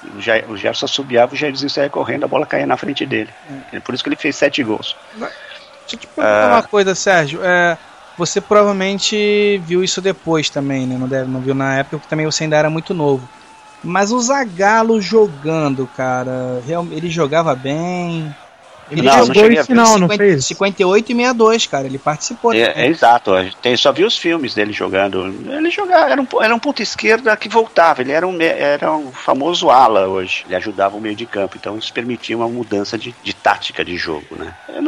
O Gerson assobiava, o Jairzinho saía correndo, a bola caía na frente dele. Por isso que ele fez 7 gols. Deixa eu te perguntar uma coisa, Sérgio. Você provavelmente viu isso depois também, né? Não viu na época, porque também você ainda era muito novo. Mas o Zagallo jogando, cara, ele jogava bem. Ele jogou em final, não fez? 58 e 62, cara, ele participou. Exato, só vi os filmes dele jogando. Ele jogava, era um ponta esquerda que voltava, ele era um famoso ala hoje. Ele ajudava o meio de campo, então isso permitia uma mudança de tática de jogo, né?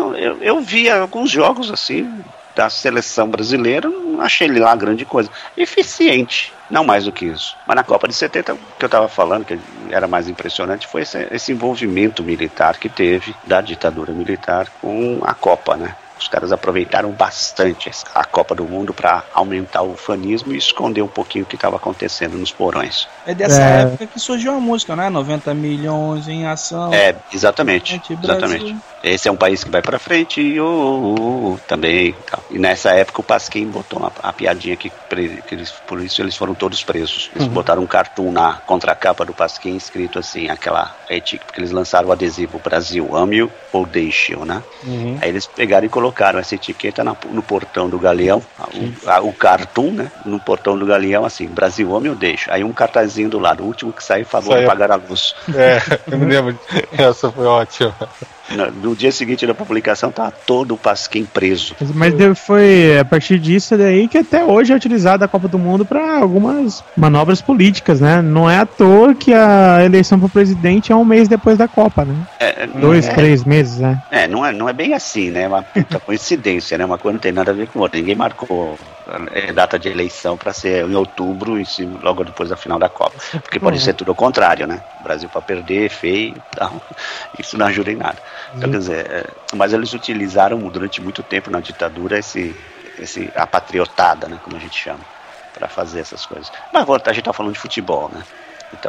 Eu via alguns jogos assim da seleção brasileira, não achei ele lá grande coisa. Eficiente, não mais do que isso. Mas na Copa de 70, o que eu estava falando, que era mais impressionante, foi esse envolvimento militar que teve da ditadura militar com a Copa, né? Os caras aproveitaram bastante a Copa do Mundo para aumentar o fanismo e esconder um pouquinho o que estava acontecendo nos porões. É dessa época que surgiu a música, né? 90 milhões em ação. Exatamente. Esse é um país que vai para frente e também. Tal. E nessa época o Pasquim botou a piadinha que por isso eles foram todos presos. Eles botaram um cartoon na contracapa do Pasquim escrito assim, aquela etiqueta, porque eles lançaram o adesivo Brasil, ame-o ou deixe-o, né? Aí eles pegaram e colocaram essa etiqueta no portão do Galeão, o cartoon, né? No portão do Galeão, assim, Brasil, ame ou deixe. Aí um cartazinho do lado, o último que saiu, favor de pagar a luz. Eu me lembro, essa foi ótima. No dia seguinte da publicação tá todo o Pasquim preso. Mas foi a partir disso daí que até hoje é utilizada a Copa do Mundo para algumas manobras políticas, né? Não é à toa que a eleição para o presidente é um mês depois da Copa, né? 2, 3 meses, né? Não é bem assim, né? É uma puta coincidência, né? Uma coisa não tem nada a ver com outra. Ninguém marcou data de eleição para ser em outubro, logo depois da final da Copa. Porque pode ser tudo ao contrário, né? O Brasil para perder, feio e tal. Isso não ajuda em nada. Então, quer dizer, mas eles utilizaram durante muito tempo na ditadura a patriotada, né, como a gente chama, para fazer essas coisas. Mas a gente tá falando de futebol, né? Então,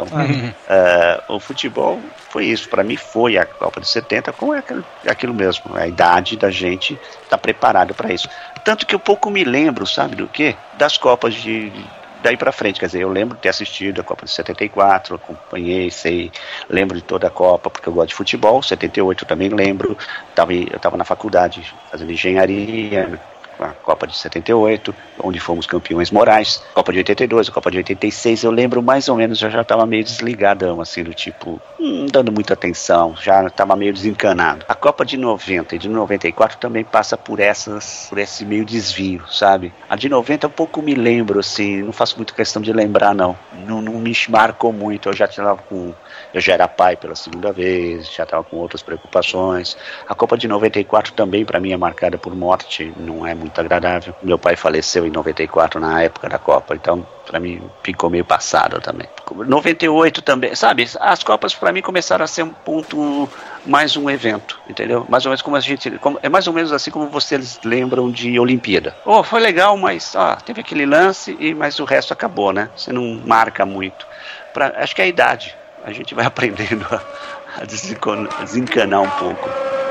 o futebol foi isso. Para mim foi a Copa de 70 com aquilo mesmo, a idade da gente estar preparado para isso. Tanto que eu pouco me lembro, sabe do quê? Das Copas daí pra frente, quer dizer, eu lembro de ter assistido a Copa de 74, acompanhei, lembro de toda a Copa, porque eu gosto de futebol. 78 eu também lembro, eu tava na faculdade fazendo engenharia, a Copa de 78, onde fomos campeões morais, Copa de 82, a Copa de 86, eu lembro mais ou menos, eu já estava meio desligadão, assim, do tipo, dando muita atenção, já estava meio desencanado. A Copa de 90 e de 94 também passa por esse meio desvio, sabe? A de 90 eu pouco me lembro, assim, não faço muito questão de lembrar, não me marcou muito, eu já era pai pela segunda vez, já estava com outras preocupações. A Copa de 94 também, para mim, é marcada por morte, não é muito agradável. Meu pai faleceu em 94, na época da Copa, então, para mim, ficou meio passado também. 98 também, sabe? As Copas, para mim, começaram a ser um ponto, mais um evento, entendeu? Mais ou menos é mais ou menos assim como vocês lembram de Olimpíada. Foi legal, mas teve aquele lance, mas o resto acabou, né? Você não marca muito. Acho que é a idade. A gente vai aprendendo a desencanar um pouco.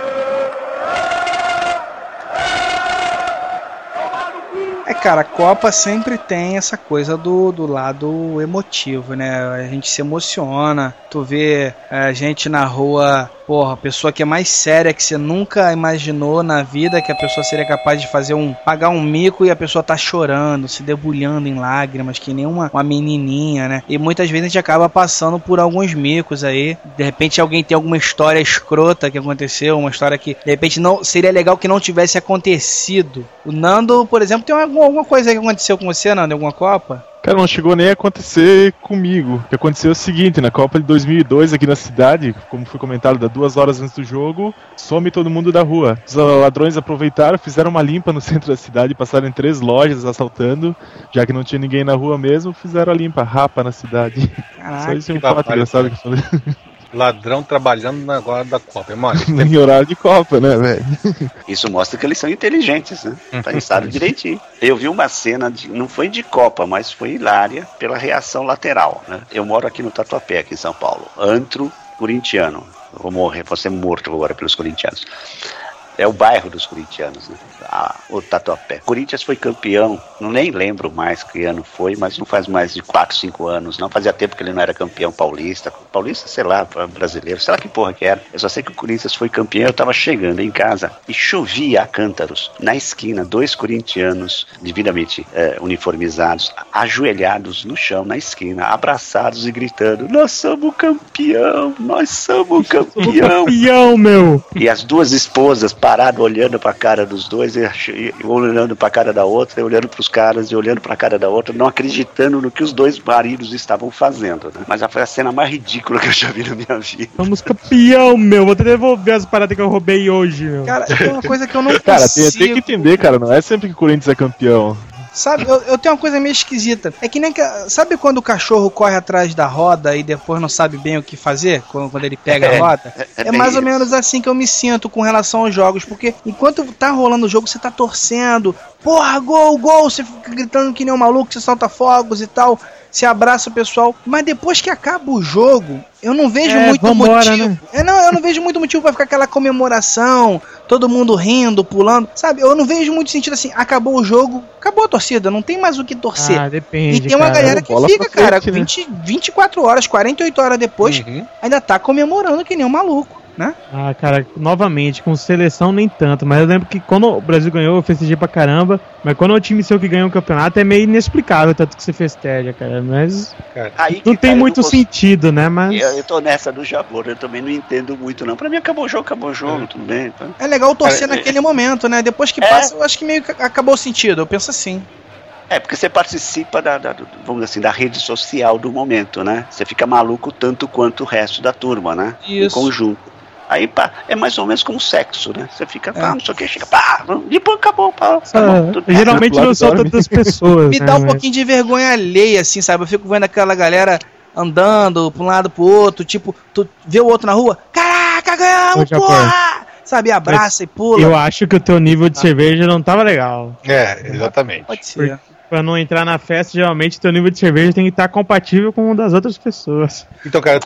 Cara, a Copa sempre tem essa coisa do lado emotivo, né? A gente se emociona, tu vê a gente na rua, a pessoa que é mais séria, que você nunca imaginou na vida que a pessoa seria capaz de pagar um mico e a pessoa tá chorando, se debulhando em lágrimas, que nem uma menininha, né? E muitas vezes a gente acaba passando por alguns micos aí, de repente alguém tem alguma história escrota que aconteceu, uma história que de repente não seria legal que não tivesse acontecido. O Nando, por exemplo, tem alguma coisa que aconteceu com você, Nando, em alguma Copa? Cara, não chegou nem a acontecer comigo. O que aconteceu é o seguinte, na Copa de 2002 aqui na cidade, como foi comentado, 2 horas antes do jogo, some todo mundo da rua. Os ladrões aproveitaram, fizeram uma limpa no centro da cidade, passaram em 3 lojas assaltando, já que não tinha ninguém na rua mesmo, fizeram a limpa, rapa na cidade. Caraca, só isso é um fato engraçado que eu falei. Ladrão trabalhando na hora da Copa, mano. Em horário de Copa, né, velho? Isso mostra que eles são inteligentes, né? Pensaram direitinho. Eu vi uma cena, não foi de Copa, mas foi hilária pela reação lateral, né? Eu moro aqui no Tatuapé, aqui em São Paulo. Antro corintiano. Vou ser morto agora pelos corintianos. É o bairro dos corintianos, né? O Tatuapé. Corinthians foi campeão, nem lembro mais que ano foi, mas não faz mais de 4, 5 anos, não. Fazia tempo que ele não era campeão paulista. Paulista, sei lá, brasileiro, sei lá que porra que era. Eu só sei que o Corinthians foi campeão, eu tava chegando em casa e chovia a cântaros. Na esquina, 2 corintianos, devidamente uniformizados, ajoelhados no chão, na esquina, abraçados e gritando: nós somos campeão, nós somos campeão. Campeão, meu! E as 2 esposas paradas olhando pra cara dos dois, e olhando pra cara da outra, e olhando pros caras, e olhando pra cara da outra, não acreditando no que os 2 maridos estavam fazendo, né? Mas foi a cena mais ridícula que eu já vi na minha vida. Somos campeão, meu! Vou até devolver as paradas que eu roubei hoje, meu. Cara, tem uma coisa que eu não consigo... Cara, tem que entender, cara, não é sempre que o Corinthians é campeão. Sabe, eu tenho uma coisa meio esquisita. É que nem... Sabe quando o cachorro corre atrás da roda e depois não sabe bem o que fazer? Quando ele pega a roda? É mais ou menos assim que eu me sinto com relação aos jogos. Porque enquanto tá rolando o jogo, você tá torcendo. Porra, gol, gol! Você fica gritando que nem um maluco, você solta fogos e tal. Você abraça o pessoal. Mas depois que acaba o jogo, eu não vejo muito motivo. Né? Eu não vejo muito motivo pra ficar aquela comemoração, todo mundo rindo, pulando. Sabe, eu não vejo muito sentido assim. Acabou o jogo, acabou a torcida, não tem mais o que torcer. Depende, e tem uma galera que fica, cara, frente, 24 horas, 48 horas depois, ainda tá comemorando que nem um maluco, né? Cara, novamente, com seleção nem tanto, mas eu lembro que quando o Brasil ganhou, eu festejei pra caramba, mas quando é o time seu que ganhou o campeonato, é meio inexplicável tanto que você festeja, cara, mas não tem muito sentido, né, mas... Eu tô nessa do Jabor, eu também não entendo muito, não. Pra mim acabou o jogo, tudo bem. Tá? É legal torcer naquele momento, né? Depois que passa, eu acho que meio que acabou o sentido, eu penso assim. Porque você participa vamos dizer assim, da rede social do momento, né? Você fica maluco tanto quanto o resto da turma, né? Isso. Em conjunto. Aí, é mais ou menos como sexo, né? Você fica, não sei o que, chega, depois acabou, geralmente não são tantas pessoas. Me dá um pouquinho de vergonha alheia, assim, sabe? Eu fico vendo aquela galera andando pra um lado pro outro, tipo, tu vê o outro na rua, caraca, ganhamos, porra! Sabe, abraça e pula. Eu acho que o teu nível de cerveja não tava legal. Exatamente. Pode ser. Pra não entrar na festa, geralmente teu nível de cerveja tem que estar compatível com o das outras pessoas. Então, cara,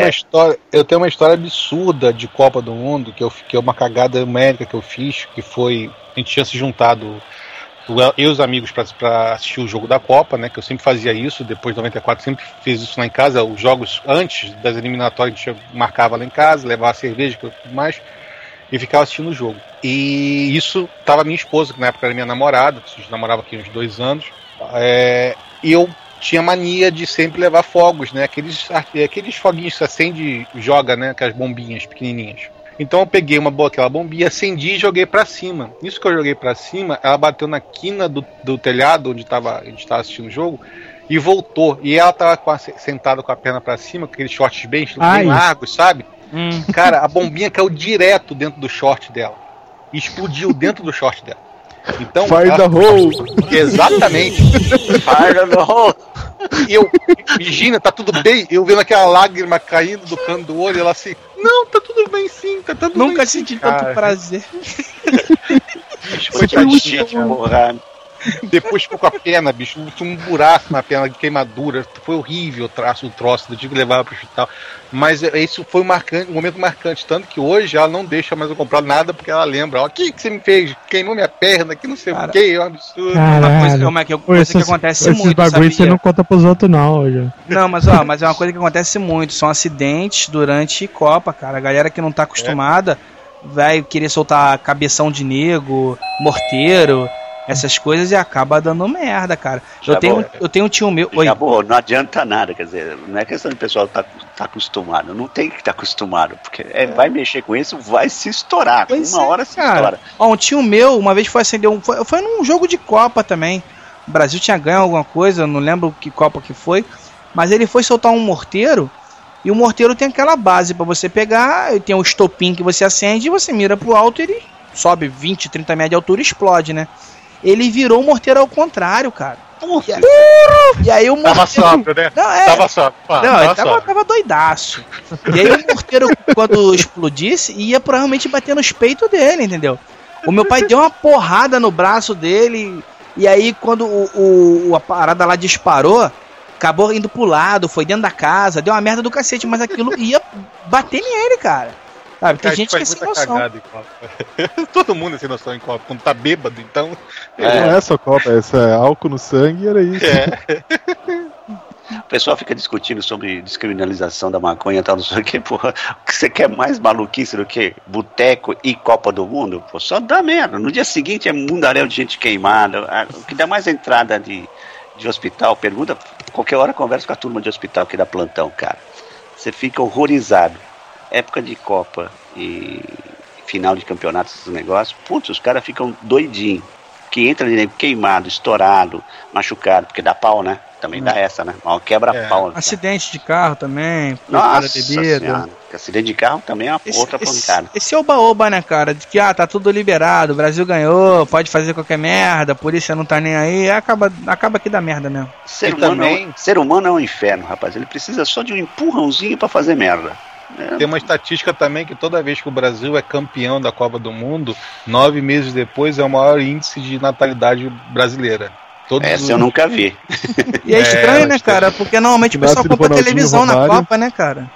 eu tenho uma história absurda de Copa do Mundo, que é uma cagada médica que eu fiz, que foi, a gente tinha se juntado eu e os amigos pra assistir o jogo da Copa, né? Que eu sempre fazia isso, depois de 94 sempre fiz isso lá em casa. Os jogos antes das eliminatórias a gente marcava lá em casa, levava cerveja e tudo mais, e ficava assistindo o jogo. E isso tava minha esposa, que na época era minha namorada, a gente namorava aqui uns 2 anos, e eu tinha mania de sempre levar fogos, né? Aqueles foguinhos que você acende e joga, né? Aquelas bombinhas pequenininhas. Então eu peguei aquela bombinha, acendi e joguei pra cima. Isso que eu joguei pra cima, ela bateu na quina do telhado onde a gente tava assistindo o jogo e voltou. E ela tava sentada com a perna pra cima, com aqueles shorts bem largos, sabe? Cara, a bombinha caiu direto dentro do short dela. E explodiu dentro do short dela. Então, Fire the hole! Exatamente. Fire the hole! E eu, Gina, tá tudo bem? Eu vendo aquela lágrima caindo do canto do olho, ela assim, não, tá tudo bem sim, tá tudo bem. Nunca senti tanto prazer. Foi depois ficou com a perna, bicho, um buraco na perna de queimadura. Foi horrível o troço, eu tive que levar pro hospital. Mas isso foi um momento marcante. Tanto que hoje ela não deixa mais eu comprar nada porque ela lembra: ó, o que você me fez? Queimou minha perna, que não sei o que, é um absurdo. Uma coisa que acontece muito. Esses bagulho você não conta pros outros, não, hoje. Não, mas é uma coisa que acontece muito. São acidentes durante Copa, cara. A galera que não tá acostumada vai querer soltar cabeção de nego, morteiro, essas coisas, e acaba dando merda, cara. Eu tenho um tio meu. Não adianta nada, quer dizer, não é questão de pessoal tá acostumado, não tem que estar acostumado, porque vai mexer com isso, vai se estourar. Uma hora se estoura. Ó, um tio meu uma vez foi acender foi num jogo de Copa também. O Brasil tinha ganho alguma coisa, não lembro que Copa que foi, mas ele foi soltar um morteiro. E o morteiro tem aquela base pra você pegar, tem um estopim que você acende e você mira pro alto e ele sobe 20, 30 metros de altura e explode, né? Ele virou o morteiro ao contrário, cara. E aí o morteiro... Tava sóbrio, né? Tava sóbrio. Ele tava doidaço. E aí o morteiro, quando explodisse, ia provavelmente bater nos peitos dele, entendeu? O meu pai deu uma porrada no braço dele, e aí quando a parada lá disparou, acabou indo pro lado, foi dentro da casa, deu uma merda do cacete, mas aquilo ia bater nele, cara. Sabe, tem gente que é sem noção. Todo mundo é sem noção em Copa, quando tá bêbado, então... Não é só Copa, é álcool no sangue, era isso. O pessoal fica discutindo sobre descriminalização da maconha e tal, não sei o que, porra. Você quer mais maluquice do que boteco e Copa do Mundo? Pô, só dá merda. No dia seguinte é mundaréu de gente queimada. O que dá mais entrada de hospital, pergunta, qualquer hora conversa com a turma de hospital que dá plantão, cara. Você fica horrorizado. Época de Copa e final de campeonato, esses negócios, putz, os caras ficam doidinhos. Que entra ali queimado, estourado, machucado, porque dá pau, né? Também dá essa, né? Mal quebra pau. Acidente de carro também. Nossa senhora. Acidente de carro também é uma outra pancada. Esse é oba-oba, né, cara? De que, tá tudo liberado, o Brasil ganhou, pode fazer qualquer merda, a polícia não tá nem aí, acaba que dá merda mesmo. Ser humano é um inferno, rapaz. Ele precisa só de um empurrãozinho pra fazer merda. Tem uma estatística também que toda vez que o Brasil é campeão da Copa do Mundo, 9 meses depois é o maior índice de natalidade brasileira. Essa eu nunca vi. E é estranho, né, cara? Porque normalmente o pessoal compra televisão na Copa, né, cara?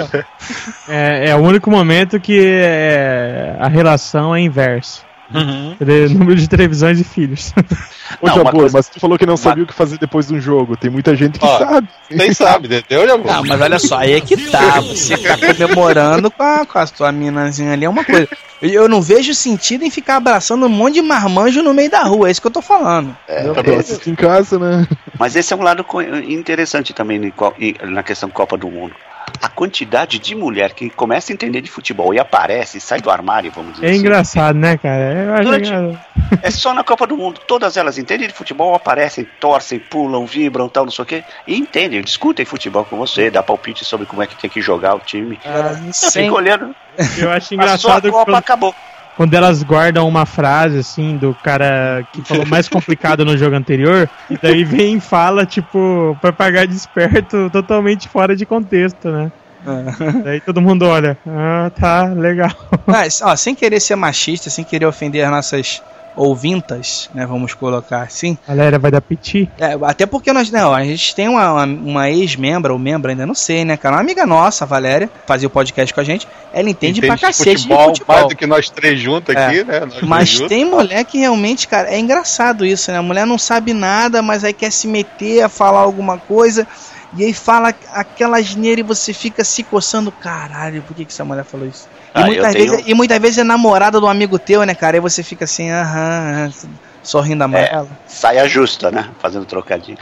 É o único momento que a relação é inversa. Número de televisões e filhos. Ô, Jabor, mas tu falou que não sabia o que fazer depois de um jogo. Tem muita gente que sabe. Nem sabe, entendeu, Jabor? Não, mas olha só, aí é que tá. Você tá comemorando com a sua minazinha ali, é uma coisa. Eu não vejo sentido em ficar abraçando um monte de marmanjo no meio da rua, é isso que eu tô falando. Eu assisto em casa, né? Mas esse é um lado interessante também na questão Copa do Mundo. A quantidade de mulher que começa a entender de futebol e aparece, sai do armário, vamos dizer assim. É engraçado, né, cara? É só na Copa do Mundo. Todas elas entendem de futebol, aparecem, torcem, pulam, vibram, tal, não sei o quê. E entendem, discutem futebol com você, dá palpite sobre como é que tem que jogar o time. Eu fico olhando. Eu acho engraçado a Copa acabou. Quando elas guardam uma frase, assim, do cara que falou mais complicado no jogo anterior, e daí vem e fala, tipo, pra pagar de esperto, totalmente fora de contexto, né? Daí todo mundo olha, tá, legal. Mas, sem querer ser machista, sem querer ofender as ouvintas, né, vamos colocar assim. Galera, vai dar piti. Até porque a gente tem uma ex-membra, ou membro, ainda não sei, né, cara? Uma amiga nossa, a Valéria, fazia o podcast com a gente. Ela entende pra cacete de futebol. Mais do que nós três juntos aqui, né? Mas tem mulher que realmente, cara, é engraçado isso, né? A mulher não sabe nada, mas aí quer se meter a falar alguma coisa. E aí fala aquela asneira e você fica se coçando. Caralho, por que essa mulher falou isso? E muitas vezes é namorada de um amigo teu, né, cara? Aí você fica assim, sorrindo amarelo. Saia justa, né? Fazendo trocadinho.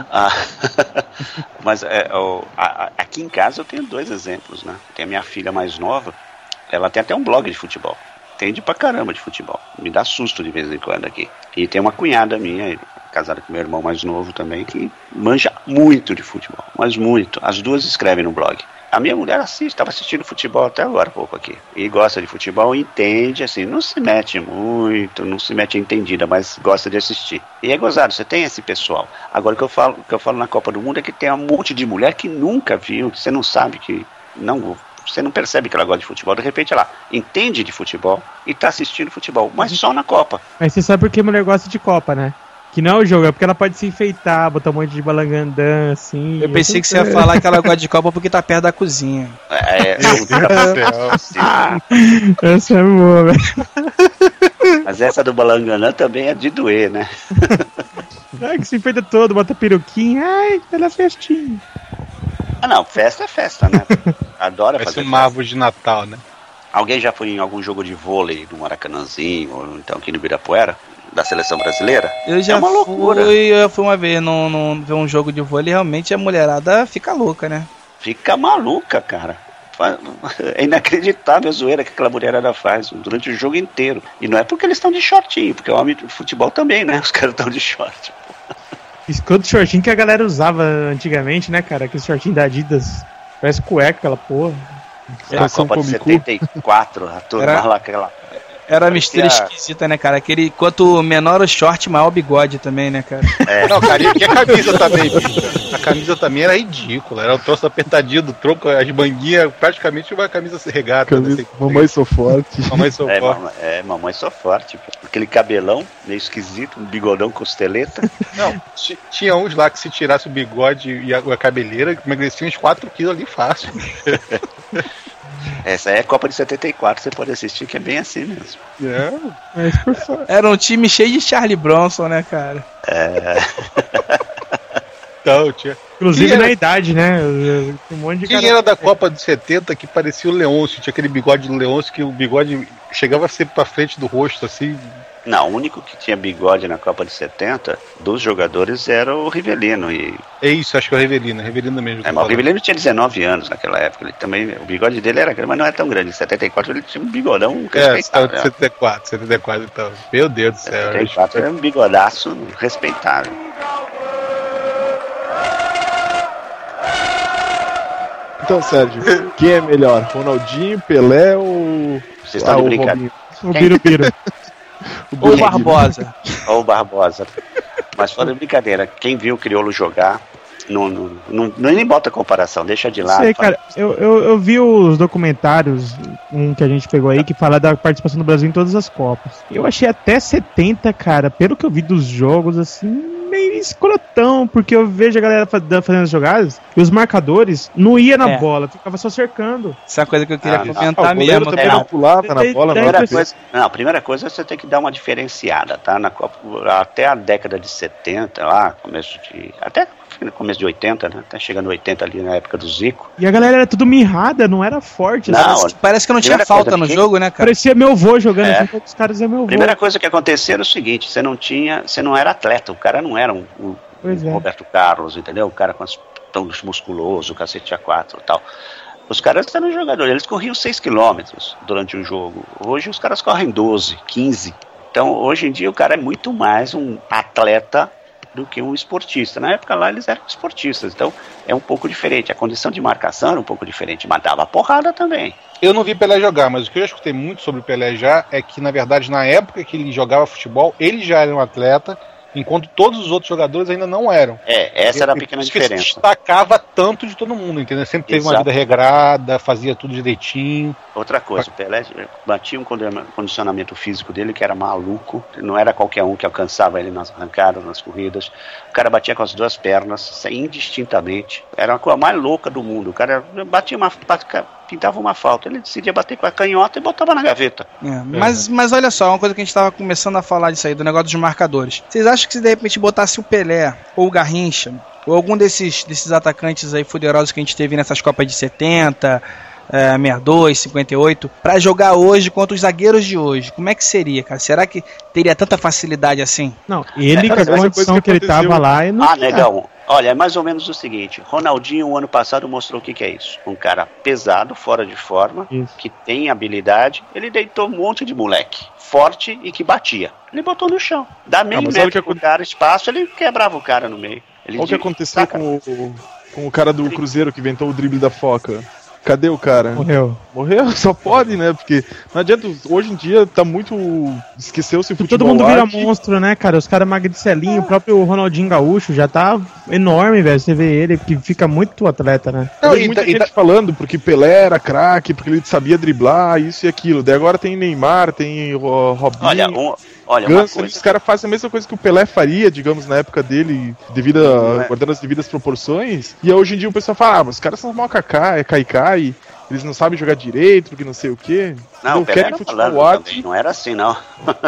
Mas aqui em casa eu tenho 2 exemplos, né? Tem a minha filha mais nova, ela tem até um blog de futebol. Entende pra caramba de futebol. Me dá susto de vez em quando aqui. E tem uma cunhada minha, casada com meu irmão mais novo também, que manja muito de futebol. Mas muito. As duas escrevem no blog. A minha mulher estava assistindo futebol até agora, pouco aqui. E gosta de futebol, entende, assim, não se mete muito, não se mete entendida, mas gosta de assistir. E é gozado, você tem esse pessoal. Agora, o que eu falo na Copa do Mundo é que tem um monte de mulher que nunca viu, que você não sabe que... Você não percebe que ela gosta de futebol. De repente ela entende de futebol e tá assistindo futebol, mas só na Copa. Mas você sabe por que mulher gosta de Copa, né? Que não é o jogo, é porque ela pode se enfeitar, botar um monte de balangandã, assim. Eu pensei que você ia falar que ela gosta de Copa porque tá perto da cozinha. Essa é boa, velho. Mas essa do balangandã também é de doer, né? Ai, que se enfeita todo, bota peruquinha, ai, pela festinha. Não, festa é festa, né? Adora fazer uma árvore de Natal, né? Alguém já foi em algum jogo de vôlei no Maracanãzinho, ou então aqui no Ibirapuera, da seleção brasileira? Eu já fui uma vez ver um jogo de vôlei e realmente a mulherada fica louca, né? Fica maluca, cara. É inacreditável a zoeira que aquela mulherada faz durante o jogo inteiro. E não é porque eles estão de shortinho, porque o homem de futebol também, né? Os caras estão de short. Escuta o shortinho que a galera usava antigamente, né, cara? Aquele shortinho da Adidas. Parece cueca, aquela porra. A Copa de 74, a turma lá, aquela... Era uma mistura esquisita, né, cara? Quanto menor o short, maior o bigode também, né, cara? Não, cara, e a camisa também, bicho? A camisa também era ridícula. Era o troço apertadinho do tronco, as manguinhas, praticamente uma camisa regata. Né? Mamãe sou forte. Mamãe sou forte. Mamãe sou forte. Aquele cabelão meio esquisito, um bigodão costeleta. Não, tinha uns lá que se tirasse o bigode e a cabeleira, emagreciam uns 4 quilos ali fácil. Essa é a Copa de 74, você pode assistir que é bem assim mesmo. Era um time cheio de Charlie Bronson, né, cara? Então, tinha... Inclusive na idade, né? Um monte de Quem era da Copa de 70 que parecia o Leôncio? Tinha aquele bigode do Leôncio que o bigode chegava sempre pra frente do rosto, assim. Não, o único que tinha bigode na Copa de 70 dos jogadores era o Rivelino. É isso, acho que é o Rivelino mesmo. Mas o Rivelino tinha 19 anos naquela época. Ele também, o bigode dele era grande, mas não era tão grande. Em 74 ele tinha um bigodão respeitável. 74 então. Meu Deus do céu. 74 era um bigodaço respeitável. Então, Sérgio, quem é melhor? Ronaldinho, Pelé ou... Vocês estão de brincadeira. O Birubiru. Ou Barbosa. Ou Barbosa. Mas fora de brincadeira, quem viu o Criolo jogar, nem bota comparação, deixa de lado. Sei, cara, eu vi os documentários, um que a gente pegou aí, que fala da participação do Brasil em todas as Copas. Eu achei até 70, cara, pelo que eu vi dos jogos, assim, meio escrotão, porque eu vejo a galera fazendo as jogadas e os marcadores não iam na bola, ficava só cercando. Essa é a coisa que eu queria comentar mesmo. Também não pulava na bola, a primeira coisa você tem que dar uma diferenciada, tá? Na Copa, até a década de 70, lá, até no começo de 80, né? Até chegando 80 ali na época do Zico. E a galera era tudo mirrada, não era forte. Não, parece que não tinha falta no jogo, né, cara? Parecia meu avô jogando, assim, todos os caras é meu avô. Primeira coisa que aconteceu era o seguinte, você não era atleta, o cara não era um Roberto Carlos, entendeu? O cara tão musculoso, o cacete A4 e tal. Os caras eram jogadores, eles corriam 6 km durante o jogo. Hoje os caras correm 12, 15. Então, hoje em dia, o cara é muito mais um atleta do que um esportista. Na época lá eles eram esportistas, então é um pouco diferente. A condição de marcação era um pouco diferente, mas dava porrada também. Eu não vi Pelé jogar, mas o que eu já escutei muito sobre o Pelé já é que, na verdade, na época que ele jogava futebol, ele já era um atleta, enquanto todos os outros jogadores ainda não eram. Essa era a pequena diferença. sacava tanto de todo mundo, entendeu? Sempre teve uma vida regrada, fazia tudo direitinho. Outra coisa, o Pelé batia um condicionamento físico dele que era maluco, não era qualquer um que alcançava ele nas arrancadas, nas corridas. O cara batia com as duas pernas, indistintamente. Era a coisa mais louca do mundo. O cara pintava uma falta, ele decidia bater com a canhota e botava na gaveta. Mas olha só, uma coisa que a gente estava começando a falar disso aí, do negócio dos marcadores. Vocês acham que se de repente botasse o Pelé, ou o Garrincha, ou algum desses atacantes aí poderosos que a gente teve nessas Copas de 70, 62, 58, pra jogar hoje contra os zagueiros de hoje, como é que seria, cara? Será que teria tanta facilidade assim? Não, ele com a condição que ele tava lá... Negão, olha, é mais ou menos o seguinte, Ronaldinho o ano passado mostrou o que é isso, um cara pesado, fora de forma, que tem habilidade, ele deitou um monte de moleque, forte e que batia, ele botou no chão, dá meio metro pro cara, espaço, ele quebrava o cara no meio. Olha o que aconteceu com o cara do Cruzeiro que inventou o drible da foca. Cadê o cara? Morreu? Só pode, né? Porque não adianta, hoje em dia tá muito... Esqueceu-se o futebol. Todo mundo vira monstro, né, cara? Os caras magricelinhos, o próprio Ronaldinho Gaúcho já tá enorme, velho. Você vê ele, que fica muito atleta, né? Não, e muita gente falando porque Pelé era craque, porque ele sabia driblar, isso e aquilo. Daí agora tem Neymar, tem Robinho... Olha, os caras fazem a mesma coisa que o Pelé faria, digamos, na época dele, guardando as devidas proporções. E hoje em dia o pessoal fala, mas os caras são mal caicai, eles não sabem jogar direito, porque não sei o quê. Não, o Pelé era malandro também, não era assim, não.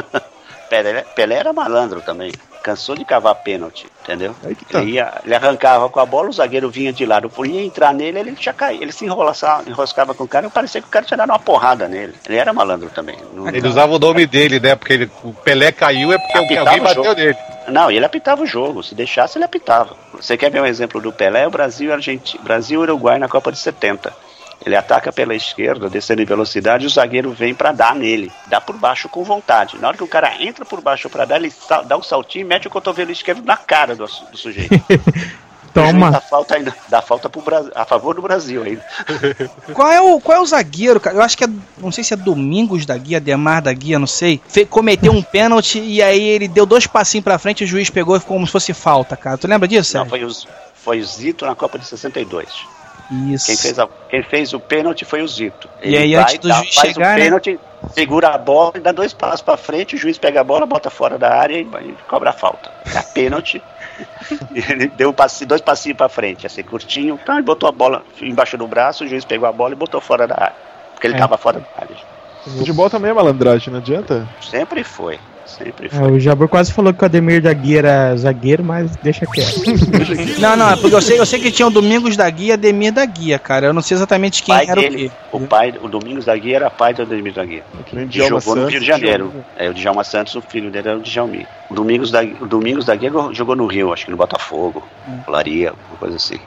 Pelé era malandro também. Cansou de cavar pênalti, entendeu? Tá. Ele arrancava com a bola, o zagueiro vinha de lado, ia entrar nele, ele já caía, ele se enroscava com o cara, parecia que o cara tinha dado uma porrada nele. Ele era malandro também. Ele usava o nome dele, né? Porque o Pelé caiu é porque alguém bateu nele. Não, e ele apitava o jogo, se deixasse ele apitava. Você quer ver um exemplo do Pelé? O Brasil e Uruguai na Copa de 70. Ele ataca pela esquerda, descendo em velocidade, e o zagueiro vem pra dar nele. Dá por baixo com vontade. Na hora que o cara entra por baixo pra dar, ele dá um saltinho e mete o cotovelo esquerdo na cara do sujeito. Toma. Dá falta pro Brasil, a favor do Brasil ainda. Qual é o zagueiro, cara? Eu acho que não sei se é Domingos da Guia, Demar da Guia, não sei. Cometeu um pênalti e aí ele deu 2 passinhos pra frente e o juiz pegou e ficou como se fosse falta, cara. Tu lembra disso? Não, foi o Zito na Copa de 62. Isso. Quem fez o pênalti foi o Zito. Ele e aí antes do juiz chegar, faz o pênalti, segura a bola e dá 2 passos pra frente, o juiz pega a bola, bota fora da área e cobra a falta. É pênalti. Ele deu 2 passinhos pra frente, assim, curtinho, então ele botou a bola embaixo do braço, o juiz pegou a bola e botou fora da área. Porque ele tava fora da área. O futebol também é malandragem, não adianta? Sempre foi. O Jabur quase falou que o Ademir da Guia era zagueiro, mas deixa quieto. Não, é porque eu sei que tinha o Domingos da Guia e Ademir da Guia, cara. Eu não sei exatamente quem era dele, o quê. O Domingos da Guia era pai do Ademir da Guia. Que jogou no Rio de Janeiro. O Djalma Santos, o filho dele era o Djalmi. O Domingos da Guia jogou no Rio, acho que no Botafogo, Olaria, uma coisa assim.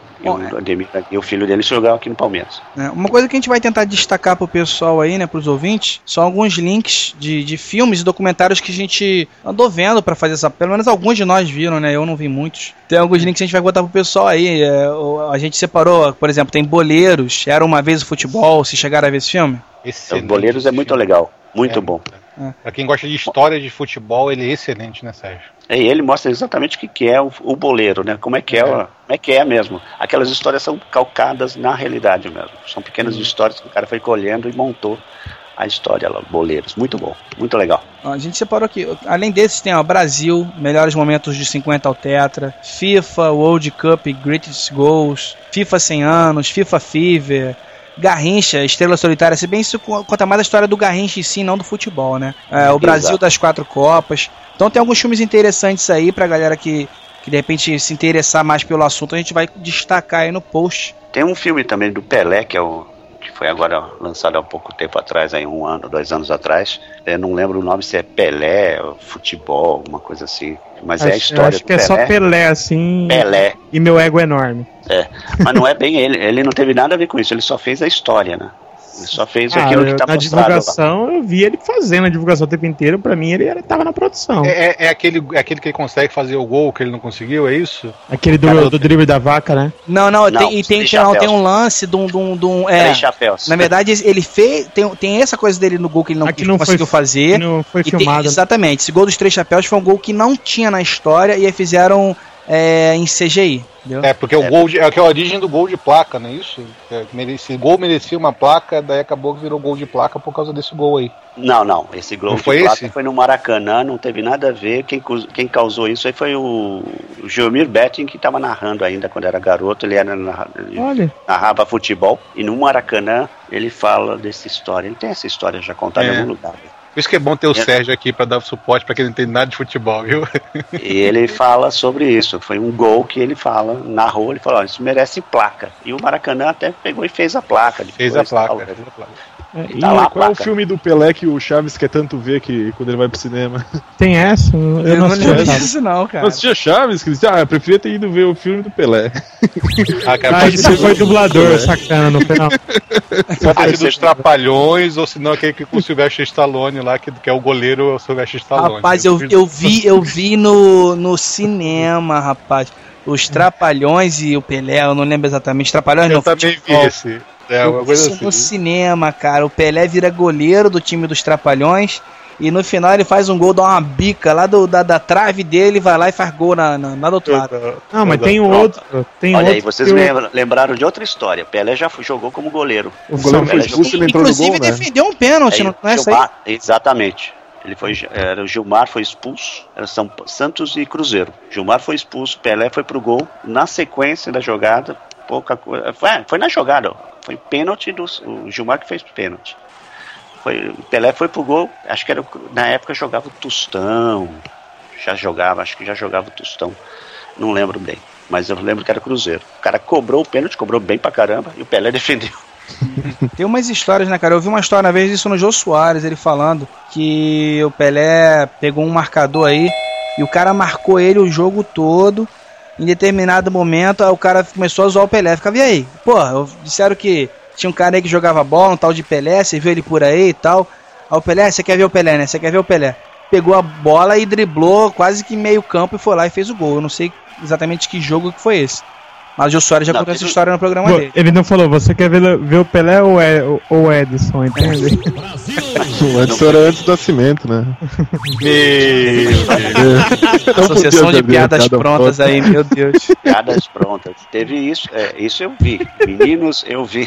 E o filho dele jogava aqui no Palmeiras. Uma coisa que a gente vai tentar destacar pro pessoal aí, né, pros ouvintes, são alguns links de filmes e documentários que a gente andou vendo pra fazer essa... Pelo menos alguns de nós viram, né? Eu não vi muitos. Tem alguns links que a gente vai botar pro pessoal aí. A gente separou, por exemplo, tem Boleiros, Era Uma Vez o Futebol. Se chegaram a ver esse filme? O Boleiros é muito legal. Muito bom. Pra quem gosta de história de futebol, ele é excelente, né, Sérgio? E ele mostra exatamente o que é o boleiro, né? Como é que é mesmo. Aquelas histórias são calcadas na realidade mesmo. São pequenas histórias que o cara foi colhendo e montou a história lá, Boleiros. Muito bom, muito legal. A gente separou aqui, além desses tem Brasil, Melhores Momentos de 50 ao Tetra, FIFA, World Cup, Greatest Goals, FIFA 100 anos, FIFA Fever, Garrincha, Estrela Solitária. Se bem isso conta mais a história do Garrincha em si, não do futebol, né? O Brasil das 4 Copas. Então tem alguns filmes interessantes aí pra galera que de repente se interessar mais pelo assunto, a gente vai destacar aí no post. Tem um filme também do Pelé, que foi agora lançado há pouco tempo atrás, aí 1 ano, 2 anos atrás. Eu não lembro o nome, se é Pelé, futebol, alguma coisa assim. Mas é a história acho que do Pelé. É só Pelé, assim. Pelé. E meu ego é enorme. Mas não é bem ele não teve nada a ver com isso, ele só fez a história, né? Ele só fez aquilo que tá na mostrado. Na divulgação, lá. Eu vi ele fazendo a divulgação o tempo inteiro. Pra mim, ele tava na produção. É aquele que ele consegue fazer o gol que ele não conseguiu, é isso? Aquele do drible da vaca, né? Não, tem um lance de um... Três chapéus. Na verdade, ele fez... Tem essa coisa dele no gol que ele não conseguiu fazer. Não foi filmado. Exatamente. Esse gol dos 3 chapéus foi um gol que não tinha na história e aí fizeram em CGI. Entendeu? É, porque o gol é que é a origem do gol de placa, não é isso? Esse gol merecia uma placa, daí acabou que virou gol de placa por causa desse gol aí. Não, esse gol de placa foi no Maracanã, não teve nada a ver. Quem causou isso aí foi o Gilmir Betting, que estava narrando ainda quando era garoto. Ele narrava futebol, e no Maracanã ele fala dessa história. Ele tem essa história já contada em algum lugar. Por isso que é bom ter o Sérgio aqui pra dar suporte pra quem não entende nada de futebol, viu? E ele fala sobre isso. Foi um gol que ele narrou, ele falou, isso merece placa. E o Maracanã até pegou e fez a placa. Fez a placa. E qual é o filme do Pelé que o Chaves quer tanto ver que quando ele vai pro cinema? Tem essa? Eu não lembro disso não, cara. Não assistia Chaves? Que eu preferia ter ido ver o filme do Pelé. Você foi dublador, sacana, no final. Pode ser dos Trapalhões, ou senão aquele que com o Sylvester Stallone lá, que é o goleiro, é o Sylvester Stallone. Rapaz, eu vi no cinema, rapaz. Os Trapalhões e o Pelé, eu não lembro exatamente. Trapalhões eu também vi esse. Uma coisa assim. No cinema, cara. O Pelé vira goleiro do time dos Trapalhões. E no final ele faz um gol, dá uma bica lá da trave dele, vai lá e faz gol na do outro lado. Não, mas tem outro. Olha aí, vocês lembraram de outra história. Pelé já jogou como goleiro. O goleiro foi expulso, ele entrou no gol, inclusive defendeu um pênalti, não é isso aí? Exatamente. O Gilmar foi expulso, era Santos e Cruzeiro. Gilmar foi expulso, Pelé foi pro gol. Na sequência da jogada, pouca coisa. Foi na jogada, foi pênalti o Gilmar que fez pênalti. O Pelé foi pro gol, acho que na época jogava o Tostão. Acho que já jogava o Tostão. Não lembro bem, mas eu lembro que era Cruzeiro. O cara cobrou o pênalti, cobrou bem pra caramba, e o Pelé defendeu. Tem umas histórias, né, cara? Eu vi uma história uma vez disso no Jô Soares, ele falando que o Pelé pegou um marcador aí e o cara marcou ele o jogo todo. Em determinado momento, o cara começou a zoar o Pelé. Ficava, e aí? Pô, disseram que tinha um cara aí que jogava bola, um tal de Pelé, você viu ele por aí e tal. Aí o Pelé, você quer ver o Pelé, né? Você quer ver o Pelé? Pegou a bola e driblou quase que meio campo e foi lá e fez o gol. Eu não sei exatamente que jogo que foi esse. Mas o Jô Soares já contou essa história no programa dele. Ele não falou, você quer ver o Pelé ou o Edson, entende? O Edson era antes do Nascimento, né? Associação de piadas prontas aí, meu Deus. Piadas prontas. Teve isso, isso eu vi. Meninos, eu vi.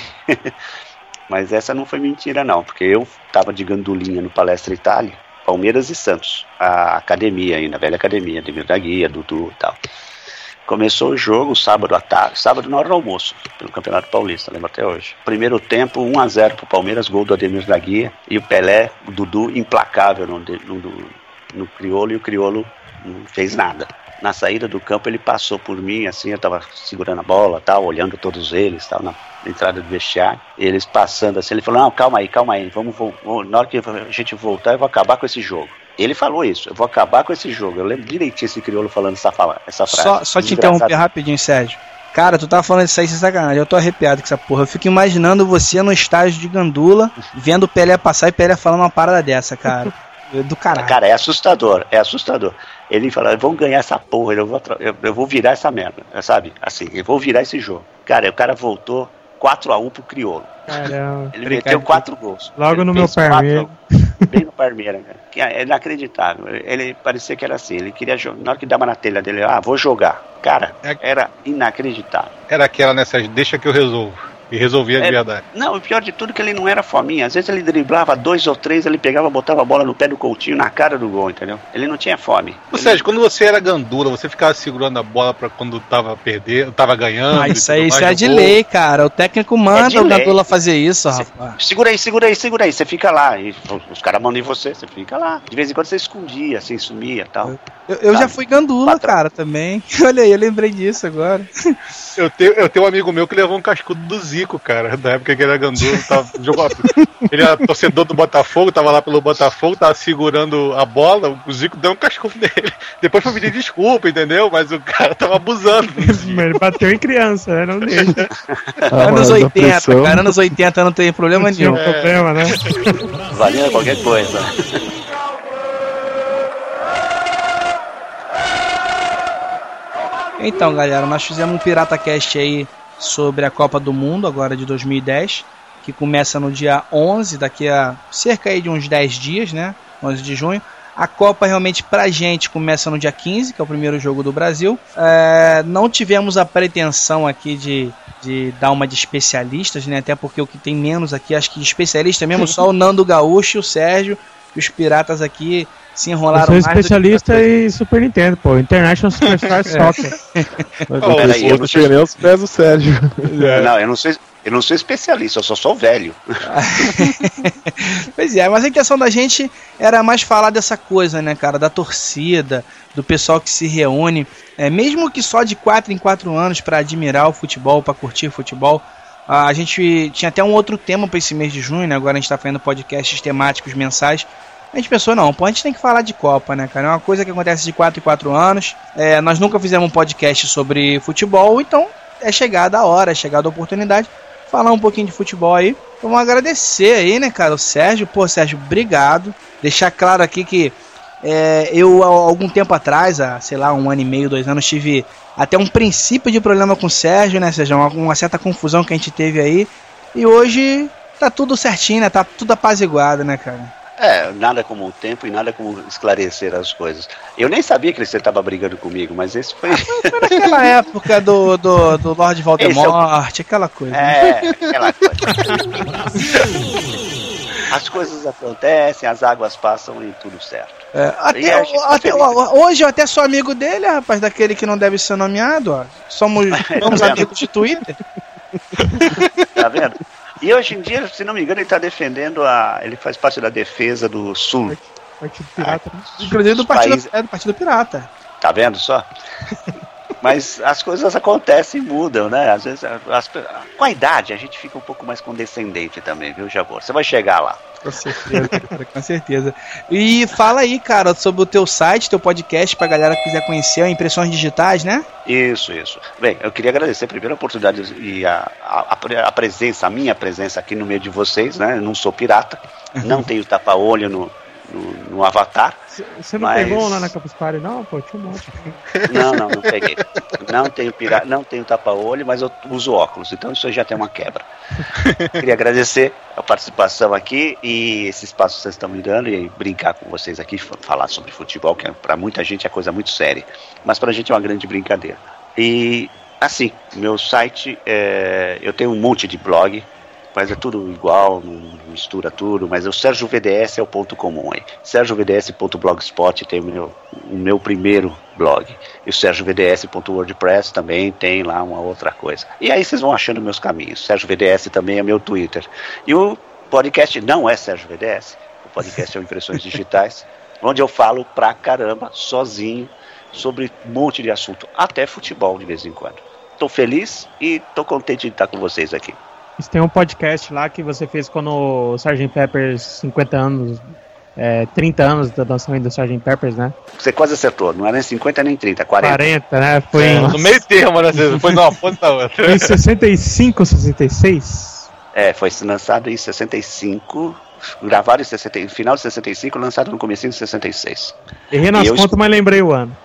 Mas essa não foi mentira não, porque eu tava de gandulinha no Palestra Itália, Palmeiras e Santos, a academia aí, na velha academia, Ademir da Guia, Dudu e tal. Começou o jogo sábado à tarde, sábado na hora do almoço, pelo Campeonato Paulista, lembro até hoje. Primeiro tempo, 1-0 pro Palmeiras, gol do Ademir da Guia, e o Pelé, o Dudu, implacável no Criolo, e o Criolo não fez nada. Na saída do campo ele passou por mim, assim, eu tava segurando a bola, tal, olhando todos eles, tal, na entrada do vestiário, eles passando assim, ele falou, não, calma aí, vamos, na hora que a gente voltar eu vou acabar com esse jogo. Ele falou isso, eu vou acabar com esse jogo. Eu lembro direitinho esse crioulo falando essa frase. Só te interromper rapidinho, Sérgio. Cara, tu tava falando isso aí sem sacanagem. Eu tô arrepiado com essa porra. Eu fico imaginando você no estágio de Gandula, vendo o Pelé passar e o Pelé falando uma parada dessa, cara. Do caralho. Cara, é assustador. Ele fala, vamos ganhar essa porra, eu vou virar essa merda, sabe? Assim, eu vou virar esse jogo. Cara, o cara voltou 4-1 pro Crioulo. Caramba. Ele meteu 4 gols. Logo no meu Parmeira. Bem no Parmeira, cara. É inacreditável. Ele parecia que era assim. Ele queria jogar. Na hora que dava na telha dele, vou jogar. Cara, era inacreditável. Era aquela nessas, deixa que eu resolvo. E resolvia de verdade. Não, o pior de tudo é que ele não era fominha. Às vezes ele driblava 2 ou 3, ele pegava, botava a bola no pé do Coutinho, na cara do gol, entendeu? Ele não tinha fome. Ou seja, quando você era Gandula, você ficava segurando a bola pra quando tava ganhando. Isso é de lei, cara. O técnico manda o Gandula fazer isso, rapaz. Segura aí. Você fica lá. E os caras mandam em você fica lá. De vez em quando você escondia, assim, sumia e tal. Eu já fui Gandula, cara, também. Olha aí, eu lembrei disso agora. Eu tenho um amigo meu que levou um cascudo do Zico, cara, da época que ele era Gandula, ele era torcedor do Botafogo, tava lá pelo Botafogo, tava segurando a bola, o Zico deu um cascudo nele. Depois foi pedir desculpa, entendeu? Mas o cara tava abusando. Mas ele bateu em criança, né? Não deixa. Anos 80, cara, anos 80 não tem problema nenhum. Problema, né? Valia qualquer coisa. Então, galera, nós fizemos um Pirata Cast aí sobre a Copa do Mundo, agora de 2010, que começa no dia 11, daqui a cerca aí de uns 10 dias, né? 11 de junho. A Copa realmente pra gente começa no dia 15, que é o primeiro jogo do Brasil. Não tivemos a pretensão aqui de dar uma de especialistas, né? Até porque o que tem menos aqui, acho que de especialista mesmo, só o Nando Gaúcho e o Sérgio. E os piratas aqui se enrolaram mais. Eu sou especialista em Super Nintendo, pô. International Superstar Soccer. Peraí, eu não chega nem aos pés do Sérgio. Não, eu não sou especialista, eu sou velho. Pois é, mas a intenção da gente era mais falar dessa coisa, né, cara? Da torcida, do pessoal que se reúne, mesmo que só de 4 em 4 anos para admirar o futebol, para curtir futebol. A gente tinha até um outro tema para esse mês de junho, né? Agora a gente tá fazendo podcasts temáticos mensais. A gente pensou, não, pô, a gente tem que falar de Copa, né, cara? É uma coisa que acontece de 4 em 4 anos. Nós nunca fizemos um podcast sobre futebol, então é chegada a hora, é chegada a oportunidade falar um pouquinho de futebol aí. Vamos agradecer aí, né, cara, o Sérgio. Pô, Sérgio, obrigado. Deixar claro aqui que eu, há algum tempo atrás, sei lá, 1 ano e meio, 2 anos, tive até um princípio de problema com o Sérgio, né, Sérgio? Uma certa confusão que a gente teve aí. E hoje tá tudo certinho, né? Tá tudo apaziguado, né, cara? Nada como o tempo e nada como esclarecer as coisas. Eu nem sabia que você estava brigando comigo, mas esse foi... Foi naquela época do Lord Voldemort, aquela coisa. Aquela coisa. As coisas acontecem, as águas passam e tudo certo. Hoje eu até sou amigo dele, rapaz, daquele que não deve ser nomeado, ó. Somos amigos de Twitter. Tá vendo? E hoje em dia, se não me engano, ele está defendendo ele faz parte da defesa do Sul. Partido Pirata, né? Inclusive do Partido Pirata. Tá vendo só? Mas as coisas acontecem e mudam, né? Às vezes, com a idade, a gente fica um pouco mais condescendente também, viu, Jabor? Você vai chegar lá. Com certeza, cara, com certeza. E fala aí, cara, sobre o teu site, teu podcast, pra galera que quiser conhecer, Impressões Digitais, né? Isso. Bem, eu queria agradecer primeiro a oportunidade e a presença, a minha presença aqui no meio de vocês, né? Eu não sou pirata, não tenho tapa-olho no Avatar. Você não pegou lá na Campus Party, não? Pô, tinha um monte. Não peguei. Não tenho tapa-olho, mas eu uso óculos, então isso já tem uma quebra. Queria agradecer a participação aqui e esse espaço que vocês estão me dando e brincar com vocês aqui, falar sobre futebol, que para muita gente é coisa muito séria, mas pra gente é uma grande brincadeira. E assim, meu site, eu tenho um monte de blog, mas é tudo igual, não mistura tudo, mas o Sérgio VDS é o ponto comum aí. SérgioVDS.blogspot tem o meu primeiro blog. E o SérgioVDS.wordpress também tem lá uma outra coisa. E aí vocês vão achando meus caminhos. Sérgio VDS também é meu Twitter. E o podcast não é Sérgio VDS, o podcast é o Impressões Digitais, onde eu falo pra caramba, sozinho, sobre um monte de assunto, até futebol de vez em quando. Tô feliz e tô contente de estar com vocês aqui. Você tem um podcast lá que você fez quando o Sgt. Peppers 50 anos, 30 anos da lançamento do Sgt. Peppers, né? Você quase acertou, não era nem 50 nem 30, 40. 40, né? Foi no meio termo, né? Foi numa ponta da outra. Foi em 65, 66? Foi lançado em 65, gravado em final de 65, lançado no comecinho de 66. Errei nas contas, mas lembrei o ano.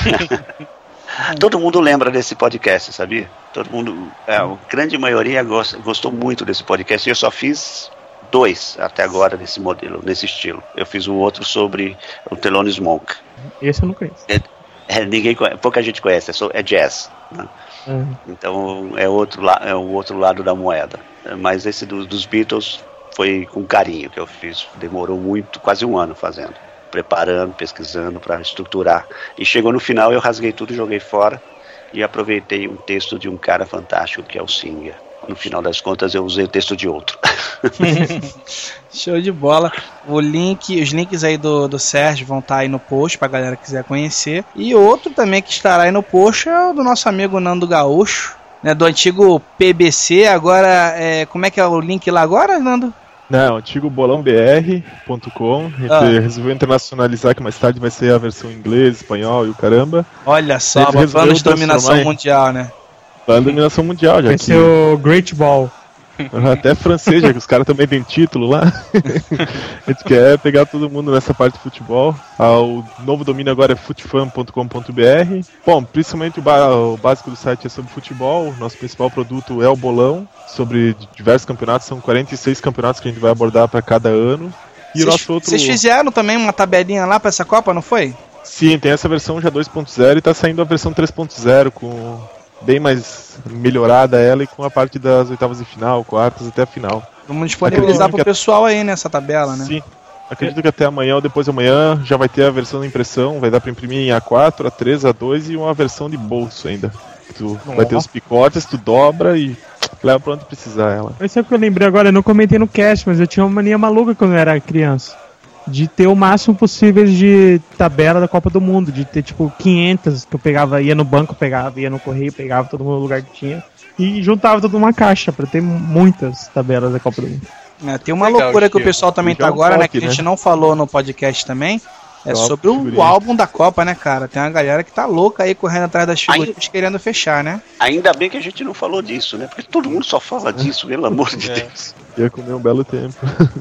Todo mundo lembra desse podcast, sabia? Todo mundo, a grande maioria gostou muito desse podcast. E eu só fiz 2 até agora nesse modelo, nesse estilo. Eu fiz um outro sobre o Thelonious Monk. Esse eu não conheço. Pouca gente conhece, é jazz, né? Então é o outro lado da moeda. Mas esse dos Beatles foi com carinho que eu fiz. Demorou muito, quase 1 ano fazendo, preparando, pesquisando para estruturar. E chegou no final, eu rasguei tudo, joguei fora e aproveitei um texto de um cara fantástico que é o Singer. No final das contas, eu usei o texto de outro. Show de bola. Os links aí do Sérgio vão estar aí no post pra galera que quiser conhecer. E outro também que estará aí no post é o do nosso amigo Nando Gaúcho, né, do antigo PBC. Agora, como é que é o link lá agora, Nando? Não, antigo bolãobr.com. A gente resolveu internacionalizar, que mais tarde vai ser a versão em inglês, espanhol e o caramba. Olha só, uma plano de dominação mundial, né? Plano de dominação mundial, já. Vai ser o Great Ball. Até francês, já que os caras também têm título lá. A gente quer pegar todo mundo nessa parte de futebol. O novo domínio agora é futfan.com.br. Bom, principalmente o básico do site é sobre futebol. Nosso principal produto é o bolão, sobre diversos campeonatos. São 46 campeonatos que a gente vai abordar para cada ano. E o nosso outro... Vocês fizeram também uma tabelinha lá pra essa Copa, não foi? Sim, tem essa versão já 2.0 e tá saindo a versão 3.0 com bem mais melhorada ela e com a parte das oitavas de final, quartas até a final. Vamos disponibilizar pro pessoal aí nessa tabela, né? Sim. Acredito que até amanhã ou depois de amanhã já vai ter a versão da impressão, vai dar pra imprimir em A4, A3, A2 e uma versão de bolso ainda. Tu vai ter os picotes, tu dobra e leva pra onde precisar ela. Isso é o que eu lembrei agora, eu não comentei no cast, mas eu tinha uma mania maluca quando eu era criança. De ter o máximo possível de tabela da Copa do Mundo, de ter tipo 500 que eu pegava, ia no banco, pegava, ia no correio, pegava todo mundo no lugar que tinha e juntava tudo numa caixa pra ter muitas tabelas da Copa do Mundo. Tem uma loucura que o pessoal também tá agora, né, que a gente não falou no podcast também, sobre o álbum da Copa, né, cara? Tem uma galera que tá louca aí correndo atrás das figurinhas querendo fechar, né? Ainda bem que a gente não falou disso, né? Porque todo mundo só fala disso, pelo amor de Deus. Ia comer um belo tempo.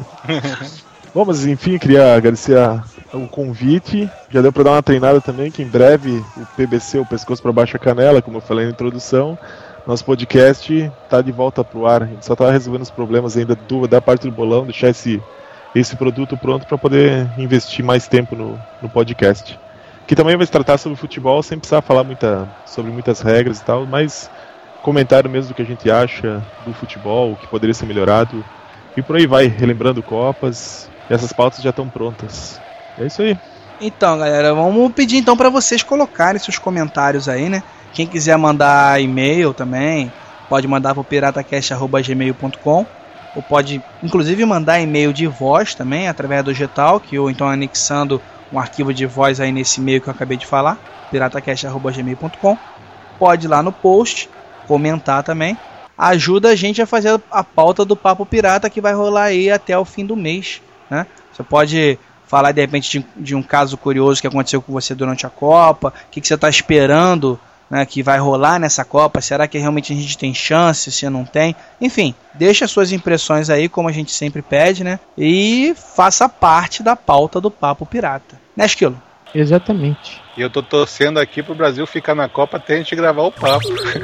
Bom, mas enfim, queria agradecer o convite. Já deu pra dar uma treinada também, que em breve o PBC, o Pescoço pra Baixo a Canela, como eu falei na introdução, nosso podcast tá de volta pro ar. A gente só tá resolvendo os problemas ainda da parte do bolão, deixar esse produto pronto para poder investir mais tempo no podcast. Que também vai se tratar sobre futebol, sem precisar falar sobre muitas regras e tal, mas comentário mesmo do que a gente acha do futebol, o que poderia ser melhorado. E por aí vai, relembrando Copas. E essas pautas já estão prontas. É isso aí. Então, galera, vamos pedir então para vocês colocarem seus comentários aí, né? Quem quiser mandar e-mail também, pode mandar para o piratacast@gmail.com, ou pode inclusive mandar e-mail de voz também através do Getalk, ou então anexando um arquivo de voz aí nesse e-mail que eu acabei de falar, piratacast@gmail.com. Pode ir lá no post, comentar também. Ajuda a gente a fazer a pauta do Papo Pirata que vai rolar aí até o fim do mês, né? Você pode falar de repente de um caso curioso que aconteceu com você durante a Copa, o que você está esperando, né, que vai rolar nessa Copa, será que realmente a gente tem chance, se não tem, enfim, deixa suas impressões aí, como a gente sempre pede, né, e faça parte da pauta do Papo Pirata, né, Esquilo? Exatamente. E eu tô torcendo aqui pro Brasil ficar na Copa até a gente gravar o papo.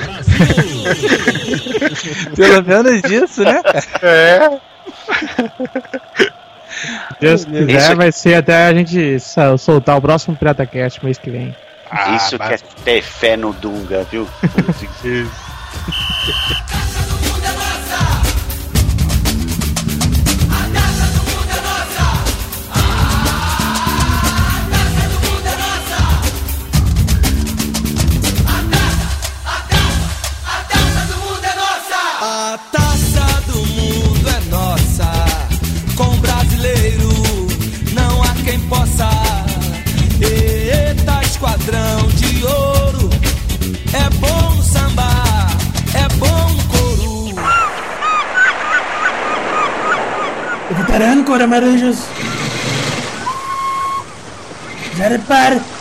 Pelo menos isso, né? É. Deus quiser, vai ser até a gente soltar o próximo PirataCast mês que vem. Isso que é ter fé no Dunga, viu? A taça do mundo é nossa, com brasileiro não há quem possa. Eita, esquadrão de ouro, é bom samba, é bom couro. O veterano Cora Maranjas já repara